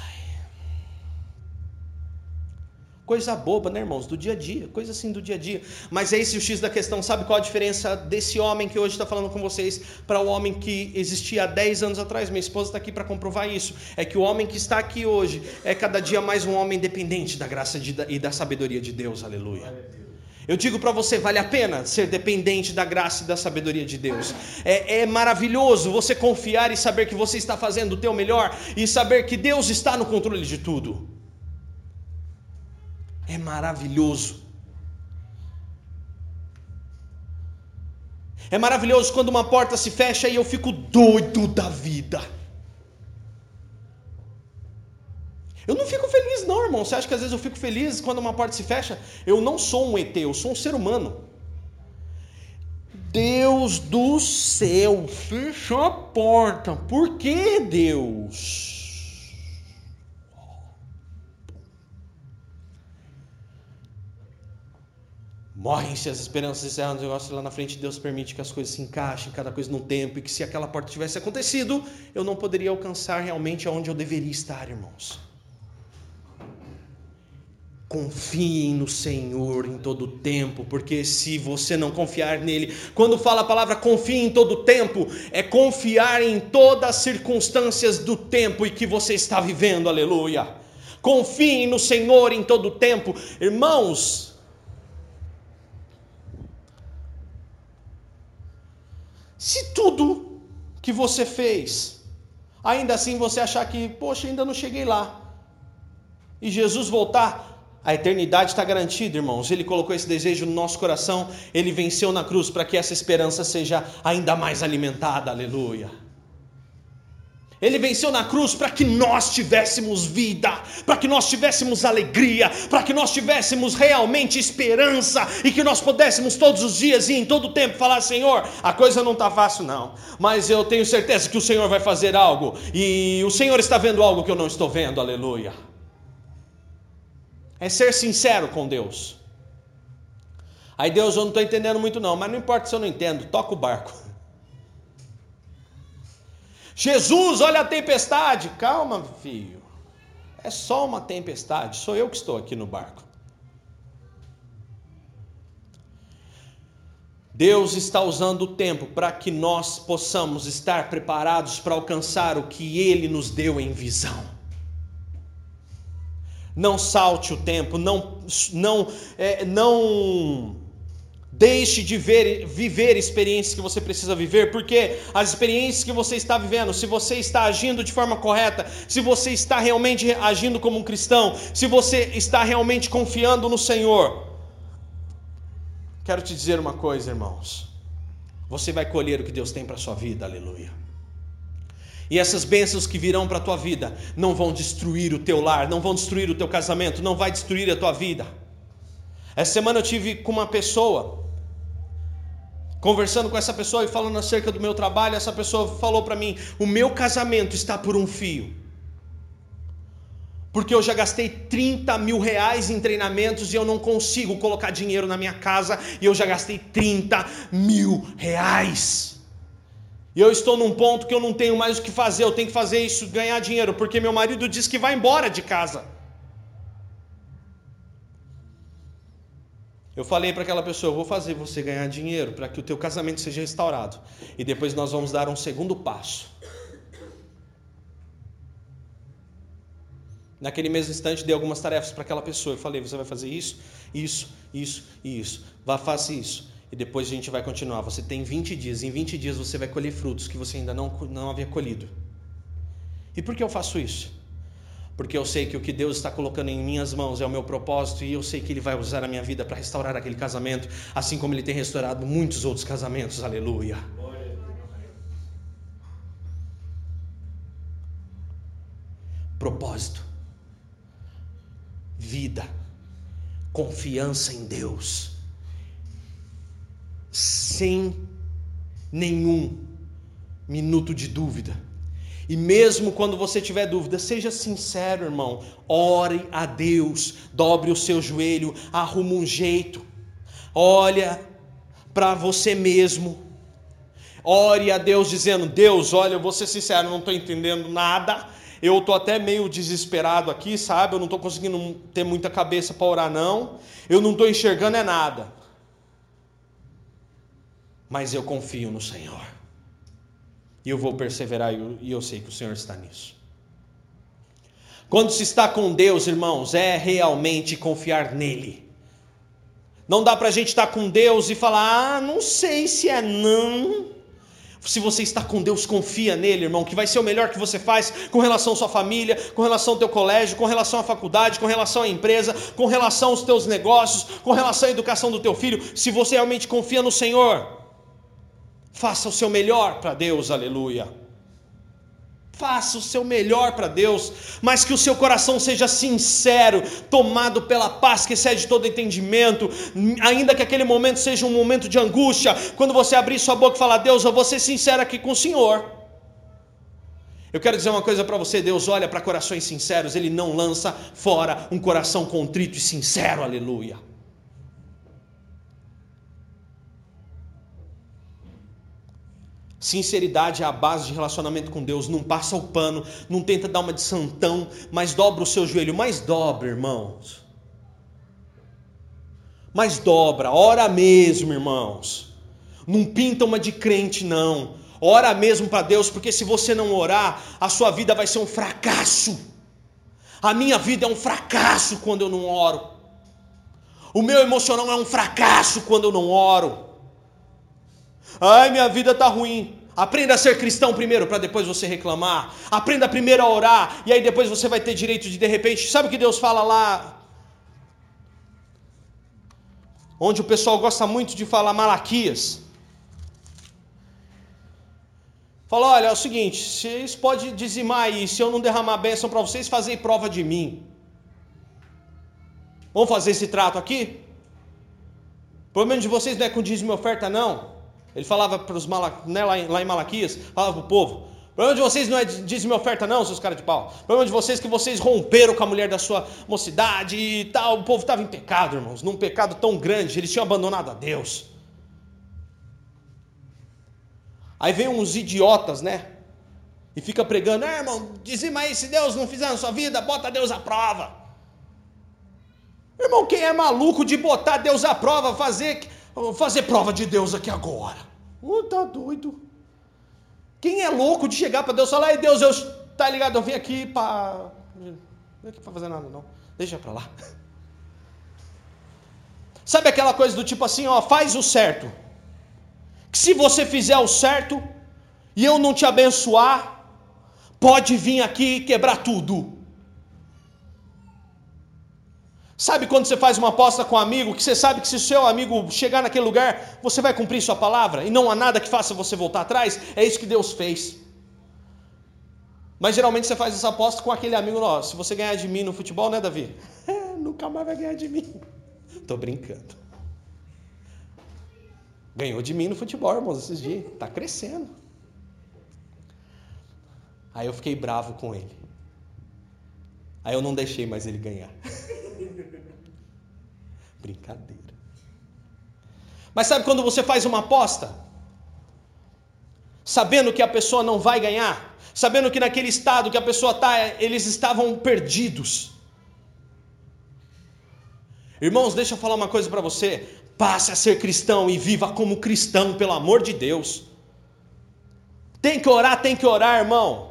Coisa boba, né, irmãos? Do dia a dia, coisa assim do dia a dia. Mas é esse o X da questão. Sabe qual a diferença desse homem que hoje está falando com vocês para o homem que existia há dez anos atrás? Minha esposa está aqui para comprovar isso. É que o homem que está aqui hoje é cada dia mais um homem dependente da graça de, e da sabedoria de Deus. Aleluia. Eu digo para você, vale a pena ser dependente da graça e da sabedoria de Deus. É, é maravilhoso você confiar e saber que você está fazendo o teu melhor e saber que Deus está no controle de tudo. É maravilhoso. É maravilhoso quando uma porta se fecha e eu fico doido da vida. Eu não fico feliz não, irmão. Você acha que às vezes eu fico feliz quando uma porta se fecha? Eu não sou um E T, eu sou um ser humano. Deus do céu, fechou a porta. Por que, Deus? Morrem-se as esperanças, encerram os negócios lá na frente. Deus permite que as coisas se encaixem, cada coisa num tempo, e que se aquela porta tivesse acontecido, eu não poderia alcançar realmente aonde eu deveria estar, irmãos. Confiem no Senhor em todo o tempo, porque se você não confiar nele, quando fala a palavra confie em todo o tempo, é confiar em todas as circunstâncias do tempo e que você está vivendo, aleluia. Confiem no Senhor em todo o tempo, irmãos. Se tudo que você fez, ainda assim você achar que, poxa, ainda não cheguei lá, e Jesus voltar, a eternidade está garantida, irmãos. Ele colocou esse desejo no nosso coração, ele venceu na cruz para que essa esperança seja ainda mais alimentada, aleluia. Ele venceu na cruz para que nós tivéssemos vida, para que nós tivéssemos alegria, para que nós tivéssemos realmente esperança e que nós pudéssemos todos os dias e em todo o tempo falar: Senhor, a coisa não está fácil não, mas eu tenho certeza que o Senhor vai fazer algo e o Senhor está vendo algo que eu não estou vendo, aleluia. É ser sincero com Deus. Aí Deus, eu não estou entendendo muito não, mas não importa se eu não entendo, toca o barco. Jesus, olha a tempestade. Calma, filho. É só uma tempestade. Sou eu que estou aqui no barco. Deus está usando o tempo para que nós possamos estar preparados para alcançar o que Ele nos deu em visão. Não salte o tempo. Não, não, é, não... Deixe de ver, viver experiências que você precisa viver, porque as experiências que você está vivendo, se você está agindo de forma correta, se você está realmente agindo como um cristão, se você está realmente confiando no Senhor, quero te dizer uma coisa, irmãos, você vai colher o que Deus tem para a sua vida, aleluia. E essas bênçãos que virão para a tua vida não vão destruir o teu lar, não vão destruir o teu casamento, não vai destruir a tua vida. Essa semana eu tive com uma pessoa, conversando com essa pessoa e falando acerca do meu trabalho. Essa pessoa falou para mim: o meu casamento está por um fio, porque eu já gastei trinta mil reais em treinamentos e eu não consigo colocar dinheiro na minha casa, e eu já gastei trinta mil reais. E eu estou num ponto que eu não tenho mais o que fazer, eu tenho que fazer isso, ganhar dinheiro, porque meu marido diz que vai embora de casa. Eu falei para aquela pessoa: eu vou fazer você ganhar dinheiro para que o teu casamento seja restaurado, e depois nós vamos dar um segundo passo. Naquele mesmo instante dei algumas tarefas para aquela pessoa. Eu falei: você vai fazer isso, isso, isso e isso. Vá, faça isso. E depois a gente vai continuar. Você tem vinte dias. Em vinte dias você vai colher frutos que você ainda não, não havia colhido. E por que eu faço isso? Porque eu sei que o que Deus está colocando em minhas mãos é o meu propósito. E eu sei que Ele vai usar a minha vida para restaurar aquele casamento, assim como Ele tem restaurado muitos outros casamentos. Aleluia. Propósito, vida, confiança em Deus, sem nenhum minuto de dúvida. E mesmo quando você tiver dúvida, seja sincero, irmão. Ore a Deus, dobre o seu joelho, arruma um jeito. Olha para você mesmo. Ore a Deus dizendo: Deus, olha, eu vou ser sincero, eu não estou entendendo nada. Eu estou até meio desesperado aqui, sabe? Eu não estou conseguindo ter muita cabeça para orar, não. Eu não estou enxergando é nada. Mas eu confio no Senhor. E eu vou perseverar, e eu sei que o Senhor está nisso. Quando se está com Deus, irmãos, é realmente confiar nele. Não dá para a gente estar com Deus e falar: ah, não sei se é não. Se você está com Deus, confia nele, irmão, que vai ser o melhor que você faz com relação à sua família, com relação ao teu colégio, com relação à faculdade, com relação à empresa, com relação aos teus negócios, com relação à educação do teu filho. Se você realmente confia no Senhor, faça o seu melhor para Deus, aleluia. Faça o seu melhor para Deus, mas que o seu coração seja sincero, tomado pela paz que excede todo entendimento, ainda que aquele momento seja um momento de angústia. Quando você abrir sua boca e falar: Deus, eu vou ser sincero aqui com o Senhor. Eu quero dizer uma coisa para você: Deus olha para corações sinceros, Ele não lança fora um coração contrito e sincero, aleluia. Sinceridade é a base de relacionamento com Deus. Não passa o pano, não tenta dar uma de santão, mas dobra o seu joelho. Mas dobra, irmãos. Mas dobra, ora mesmo, irmãos. Não pinta uma de crente, não. Ora mesmo para Deus, porque se você não orar, a sua vida vai ser um fracasso. A minha vida é um fracasso quando eu não oro. O meu emocional é um fracasso quando eu não oro. Ai, minha vida está ruim. Aprenda a ser cristão primeiro, para depois você reclamar. Aprenda primeiro a orar, e aí depois você vai ter direito de de repente. Sabe o que Deus fala lá? Onde o pessoal gosta muito de falar, Malaquias. Fala: olha, é o seguinte, vocês podem dizimar aí, se eu não derramar a bênção para vocês, fazei prova de mim. Vamos fazer esse trato aqui? O problema de vocês não é com dízimo e oferta, não. Ele falava para os Mala, né, lá, em, lá em Malaquias, falava para o povo: o problema de vocês não é dízimo e oferta, não, seus caras de pau. O problema de vocês é que vocês romperam com a mulher da sua mocidade e tal. O povo estava em pecado, irmãos, num pecado tão grande, eles tinham abandonado a Deus. Aí vem uns idiotas, né? E fica pregando: é, irmão, dizima aí, se Deus não fizer na sua vida, bota Deus à prova. Irmão, quem é maluco de botar Deus à prova, fazer, fazer prova de Deus aqui agora? Oh, tá doido. Quem é louco de chegar para Deus e falar: ei, Deus, eu, tá ligado, eu vim aqui para... Não vim aqui para fazer nada, não. Deixa para lá. Sabe aquela coisa do tipo assim, ó, faz o certo. Que se você fizer o certo e eu não te abençoar, pode vir aqui e quebrar tudo. Sabe quando você faz uma aposta com um amigo, que você sabe que se o seu amigo chegar naquele lugar, você vai cumprir sua palavra, e não há nada que faça você voltar atrás? É isso que Deus fez. Mas geralmente você faz essa aposta com aquele amigo nosso. Se você ganhar de mim no futebol, né, Davi? Nunca mais vai ganhar de mim. Tô brincando. Ganhou de mim no futebol, irmãos, esses dias. Tá crescendo. Aí eu fiquei bravo com ele. Aí eu não deixei mais ele ganhar. Brincadeira. Mas sabe quando você faz uma aposta? Sabendo que a pessoa não vai ganhar? Sabendo que naquele estado que a pessoa está, eles estavam perdidos. Irmãos, deixa eu falar uma coisa para você. Passe a ser cristão e viva como cristão, pelo amor de Deus. Tem que orar, tem que orar, irmão.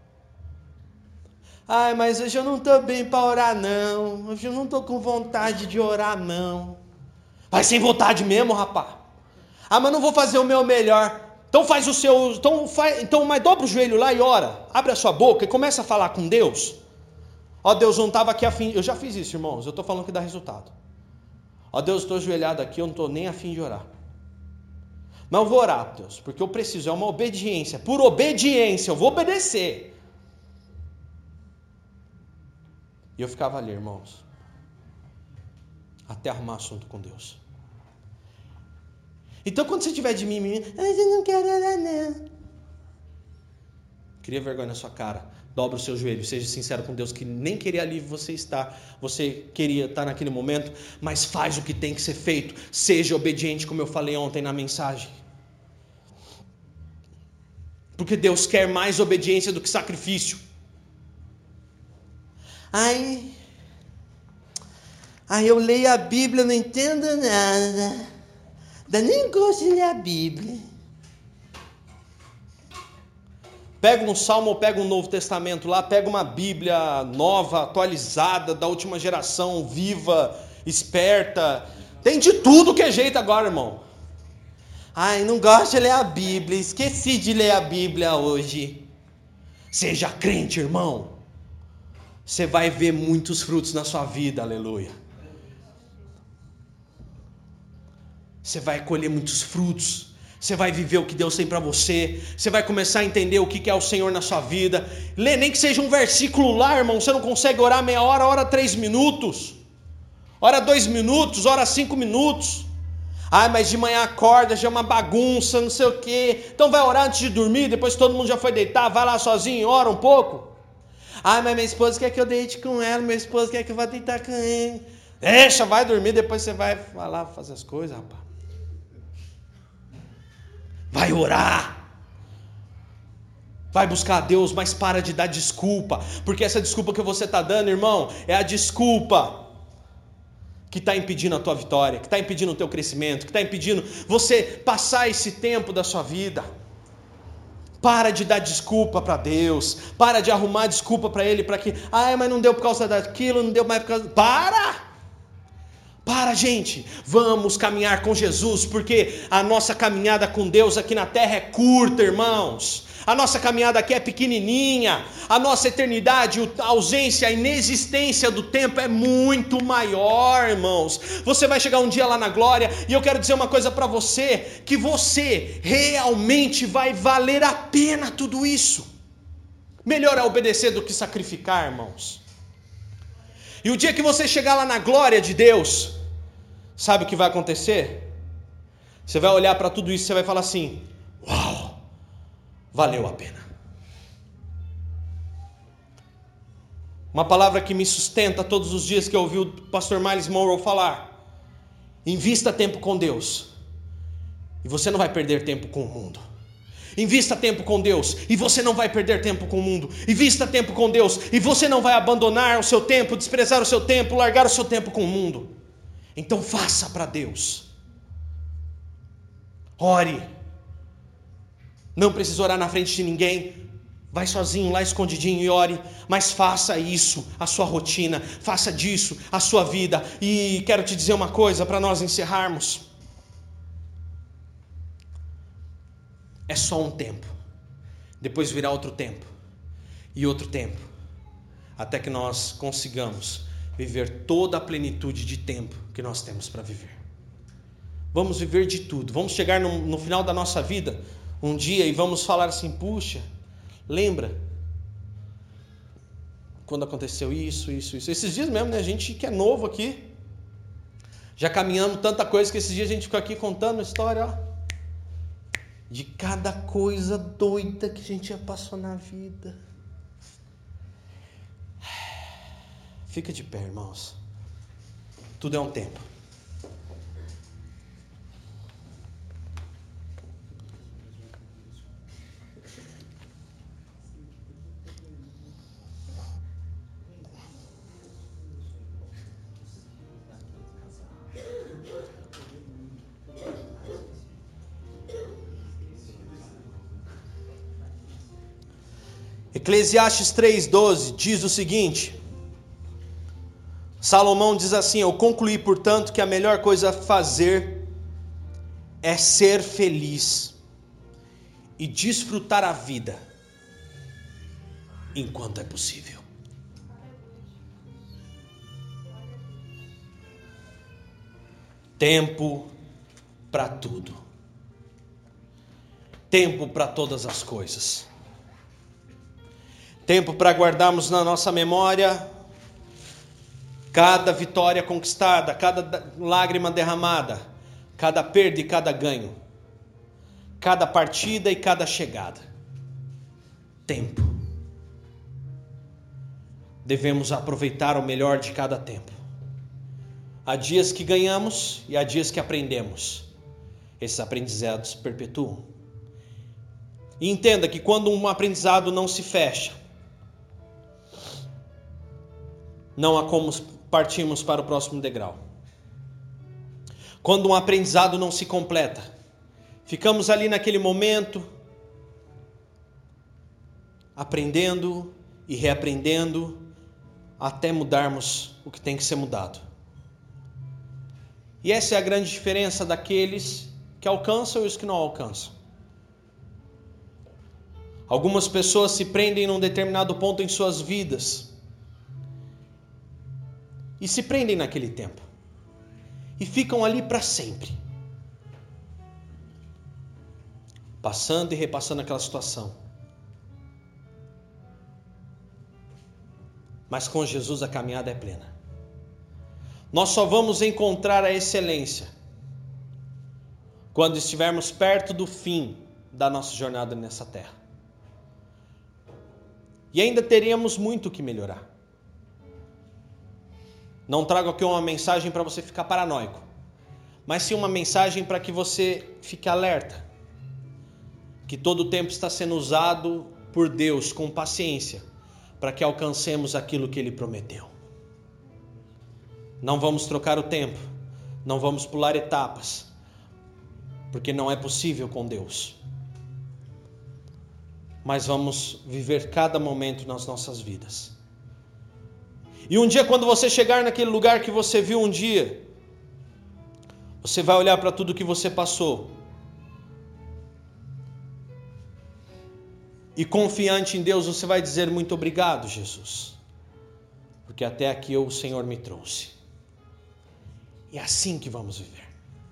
Ai, mas hoje eu não estou bem para orar, não. Hoje eu não estou com vontade de orar, não. Vai sem vontade mesmo, rapaz. Ah, mas não vou fazer o meu melhor. Então faz o seu... Então, faz, então mas dobra o joelho lá e ora. Abre a sua boca e começa a falar com Deus. Ó, Deus, não estava aqui afim... Eu já fiz isso, irmãos. Eu estou falando que dá resultado. Ó, Deus, estou ajoelhado aqui. Eu não estou nem afim de orar. Mas eu vou orar, Deus. Porque eu preciso. É uma obediência. Por obediência. Eu vou obedecer. E eu ficava ali, irmãos, até arrumar assunto com Deus. Então quando você tiver de mim, mim, ah, eu não quero orar não. Cria vergonha na sua cara. Dobra o seu joelho. Seja sincero com Deus que nem queria alívio você está. Você queria estar naquele momento. Mas faz o que tem que ser feito. Seja obediente, como eu falei ontem na mensagem. Porque Deus quer mais obediência do que sacrifício. Ai, ai, eu leio a Bíblia, não entendo nada. Dá nem gosto de ler a Bíblia. Pega um salmo ou pega um Novo Testamento lá, pega uma Bíblia nova, atualizada, da última geração, viva, esperta. Tem de tudo que é jeito agora, irmão. Ai, não gosto de ler a Bíblia, esqueci de ler a Bíblia hoje. Seja crente, irmão. Você vai ver muitos frutos na sua vida, aleluia. Você vai colher muitos frutos. Você vai viver o que Deus tem para você. Você vai começar a entender o que é o Senhor na sua vida. Lê, nem que seja um versículo lá, irmão. Você não consegue orar meia hora, ora três minutos. Ora dois minutos, ora cinco minutos. Ah, mas de manhã acorda, já é uma bagunça, não sei o quê. Então vai orar antes de dormir, depois que todo mundo já foi deitar, vai lá sozinho, ora um pouco. Ah, mas minha esposa quer que eu deite com ela, minha esposa quer que eu vá deitar com ele. Deixa, vai dormir, depois você vai lá fazer as coisas, rapaz. Vai orar. Vai buscar a Deus, mas para de dar desculpa. Porque essa desculpa que você está dando, irmão, é a desculpa que está impedindo a tua vitória, que está impedindo o teu crescimento, que está impedindo você passar esse tempo da sua vida. Para de dar desculpa para Deus. Para de arrumar desculpa para Ele, para que, ah, mas não deu por causa daquilo, não deu mais por causa... Para! Para, gente. Vamos caminhar com Jesus, porque a nossa caminhada com Deus aqui na terra é curta, irmãos. A nossa caminhada aqui é pequenininha. A nossa eternidade, a ausência, a inexistência do tempo é muito maior, irmãos. Você vai chegar um dia lá na glória, e eu quero dizer uma coisa para você, que você realmente vai valer a pena tudo isso. Melhor é obedecer do que sacrificar, irmãos. E o dia que você chegar lá na glória de Deus, sabe o que vai acontecer? Você vai olhar para tudo isso e você vai falar assim: uau, valeu a pena. Uma palavra que me sustenta todos os dias que eu ouvi o pastor Miles Monroe falar: invista tempo com Deus, e você não vai perder tempo com o mundo. Invista tempo com Deus, e você não vai perder tempo com o mundo. Invista tempo com Deus, e você não vai abandonar o seu tempo, desprezar o seu tempo, largar o seu tempo com o mundo. Então faça para Deus. Ore. Não precisa orar na frente de ninguém. Vai sozinho lá escondidinho e ore. Mas faça isso a sua rotina. Faça disso a sua vida. E quero te dizer uma coisa para nós encerrarmos. É só um tempo. Depois virá outro tempo. E outro tempo. Até que nós consigamos viver toda a plenitude de tempo que nós temos para viver. Vamos viver de tudo. Vamos chegar no, no final da nossa vida um dia e vamos falar assim: puxa, lembra? quando aconteceu isso, isso, isso. Esses dias mesmo, né? A gente que é novo aqui, já caminhamos tanta coisa que esses dias a gente ficou aqui contando a história, ó, de cada coisa doida que a gente já passou na vida. Fica de pé, irmãos. Tudo é um tempo. Eclesiastes três, doze diz o seguinte: Salomão diz assim: eu concluí, portanto, que a melhor coisa a fazer é ser feliz e desfrutar a vida enquanto é possível. Tempo para tudo. Tempo para todas as coisas. Tempo para guardarmos na nossa memória cada vitória conquistada, cada lágrima derramada, cada perda e cada ganho, cada partida e cada chegada. Tempo. Devemos aproveitar o melhor de cada tempo. Há dias que ganhamos e há dias que aprendemos. Esses aprendizados perpetuam. E entenda que quando um aprendizado não se fecha, não há como partirmos para o próximo degrau. Quando um aprendizado não se completa, ficamos ali naquele momento, aprendendo e reaprendendo, até mudarmos o que tem que ser mudado. E essa é a grande diferença daqueles que alcançam e os que não alcançam. Algumas pessoas se prendem num determinado ponto em suas vidas, e se prendem naquele tempo. E ficam ali para sempre. Passando e repassando aquela situação. Mas com Jesus a caminhada é plena. Nós só vamos encontrar a excelência quando estivermos perto do fim da nossa jornada nessa terra. E ainda teríamos muito que melhorar. Não trago aqui uma mensagem para você ficar paranoico, mas sim uma mensagem para que você fique alerta, que todo o tempo está sendo usado por Deus com paciência, para que alcancemos aquilo que Ele prometeu. Não vamos trocar o tempo, não vamos pular etapas, porque não é possível com Deus. Mas vamos viver cada momento nas nossas vidas. E um dia, quando você chegar naquele lugar que você viu um dia, você vai olhar para tudo que você passou e confiante em Deus, você vai dizer: muito obrigado, Jesus, porque até aqui o Senhor me trouxe. E é assim que vamos viver.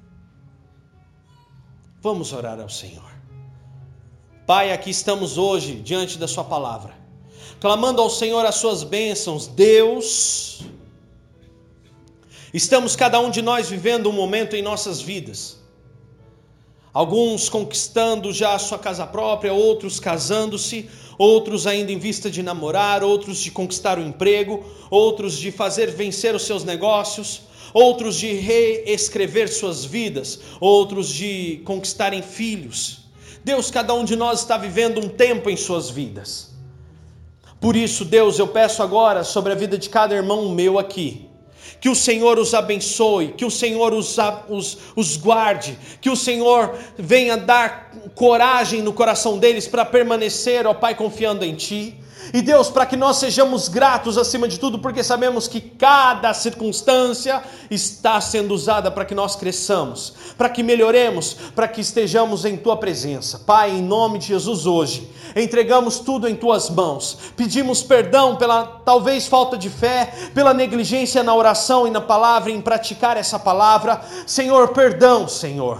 Vamos orar ao Senhor. Pai, aqui estamos hoje diante da sua palavra, clamando ao Senhor as suas bênçãos. Deus, estamos cada um de nós vivendo um momento em nossas vidas. Alguns conquistando já a sua casa própria, outros casando-se, outros ainda em vista de namorar, outros de conquistar o emprego, outros de fazer vencer os seus negócios, outros de reescrever suas vidas, outros de conquistarem filhos. Deus, cada um de nós está vivendo um tempo em suas vidas. Por isso, Deus, eu peço agora sobre a vida de cada irmão meu aqui, que o Senhor os abençoe, que o Senhor os, os, os guarde, que o Senhor venha dar coragem no coração deles para permanecer, ó Pai, confiando em Ti. E Deus, para que nós sejamos gratos acima de tudo, porque sabemos que cada circunstância está sendo usada para que nós cresçamos, para que melhoremos, para que estejamos em Tua presença. Pai, em nome de Jesus hoje, entregamos tudo em Tuas mãos, pedimos perdão pela talvez falta de fé, pela negligência na oração e na palavra, em praticar essa palavra. Senhor, perdão, Senhor.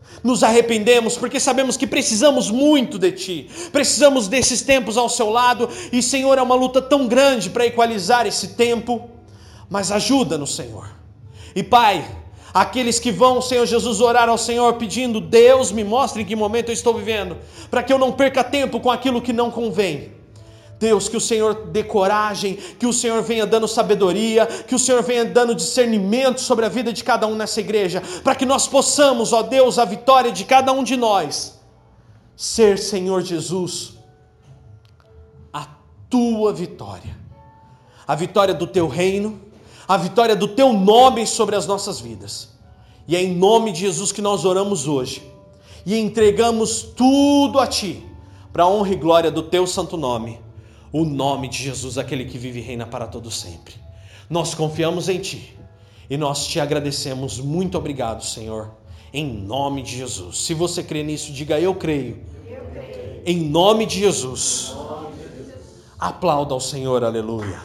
Nos arrependemos porque sabemos que precisamos muito de Ti, precisamos desses tempos ao Seu lado, e Senhor, é uma luta tão grande para equalizar esse tempo, mas ajuda-nos, Senhor. E Pai, aqueles que vão, Senhor Jesus, orar ao Senhor pedindo: Deus, me mostre em que momento eu estou vivendo, para que eu não perca tempo com aquilo que não convém. Deus, que o Senhor dê coragem, que o Senhor venha dando sabedoria, que o Senhor venha dando discernimento sobre a vida de cada um nessa igreja, para que nós possamos, ó Deus, a vitória de cada um de nós, ser, Senhor Jesus, a Tua vitória, a vitória do Teu reino, a vitória do Teu nome sobre as nossas vidas. E é em nome de Jesus que nós oramos hoje, e entregamos tudo a Ti, para a honra e glória do Teu santo nome, o nome de Jesus, aquele que vive e reina para todo sempre. Nós confiamos em Ti e nós Te agradecemos. Muito obrigado, Senhor, em nome de Jesus. Se você crê nisso, diga: eu creio. Eu creio. Em nome de Jesus. Nome de Jesus. Aplauda ao Senhor, aleluia.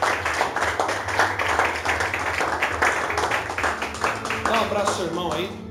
Dá um abraço ao seu irmão aí.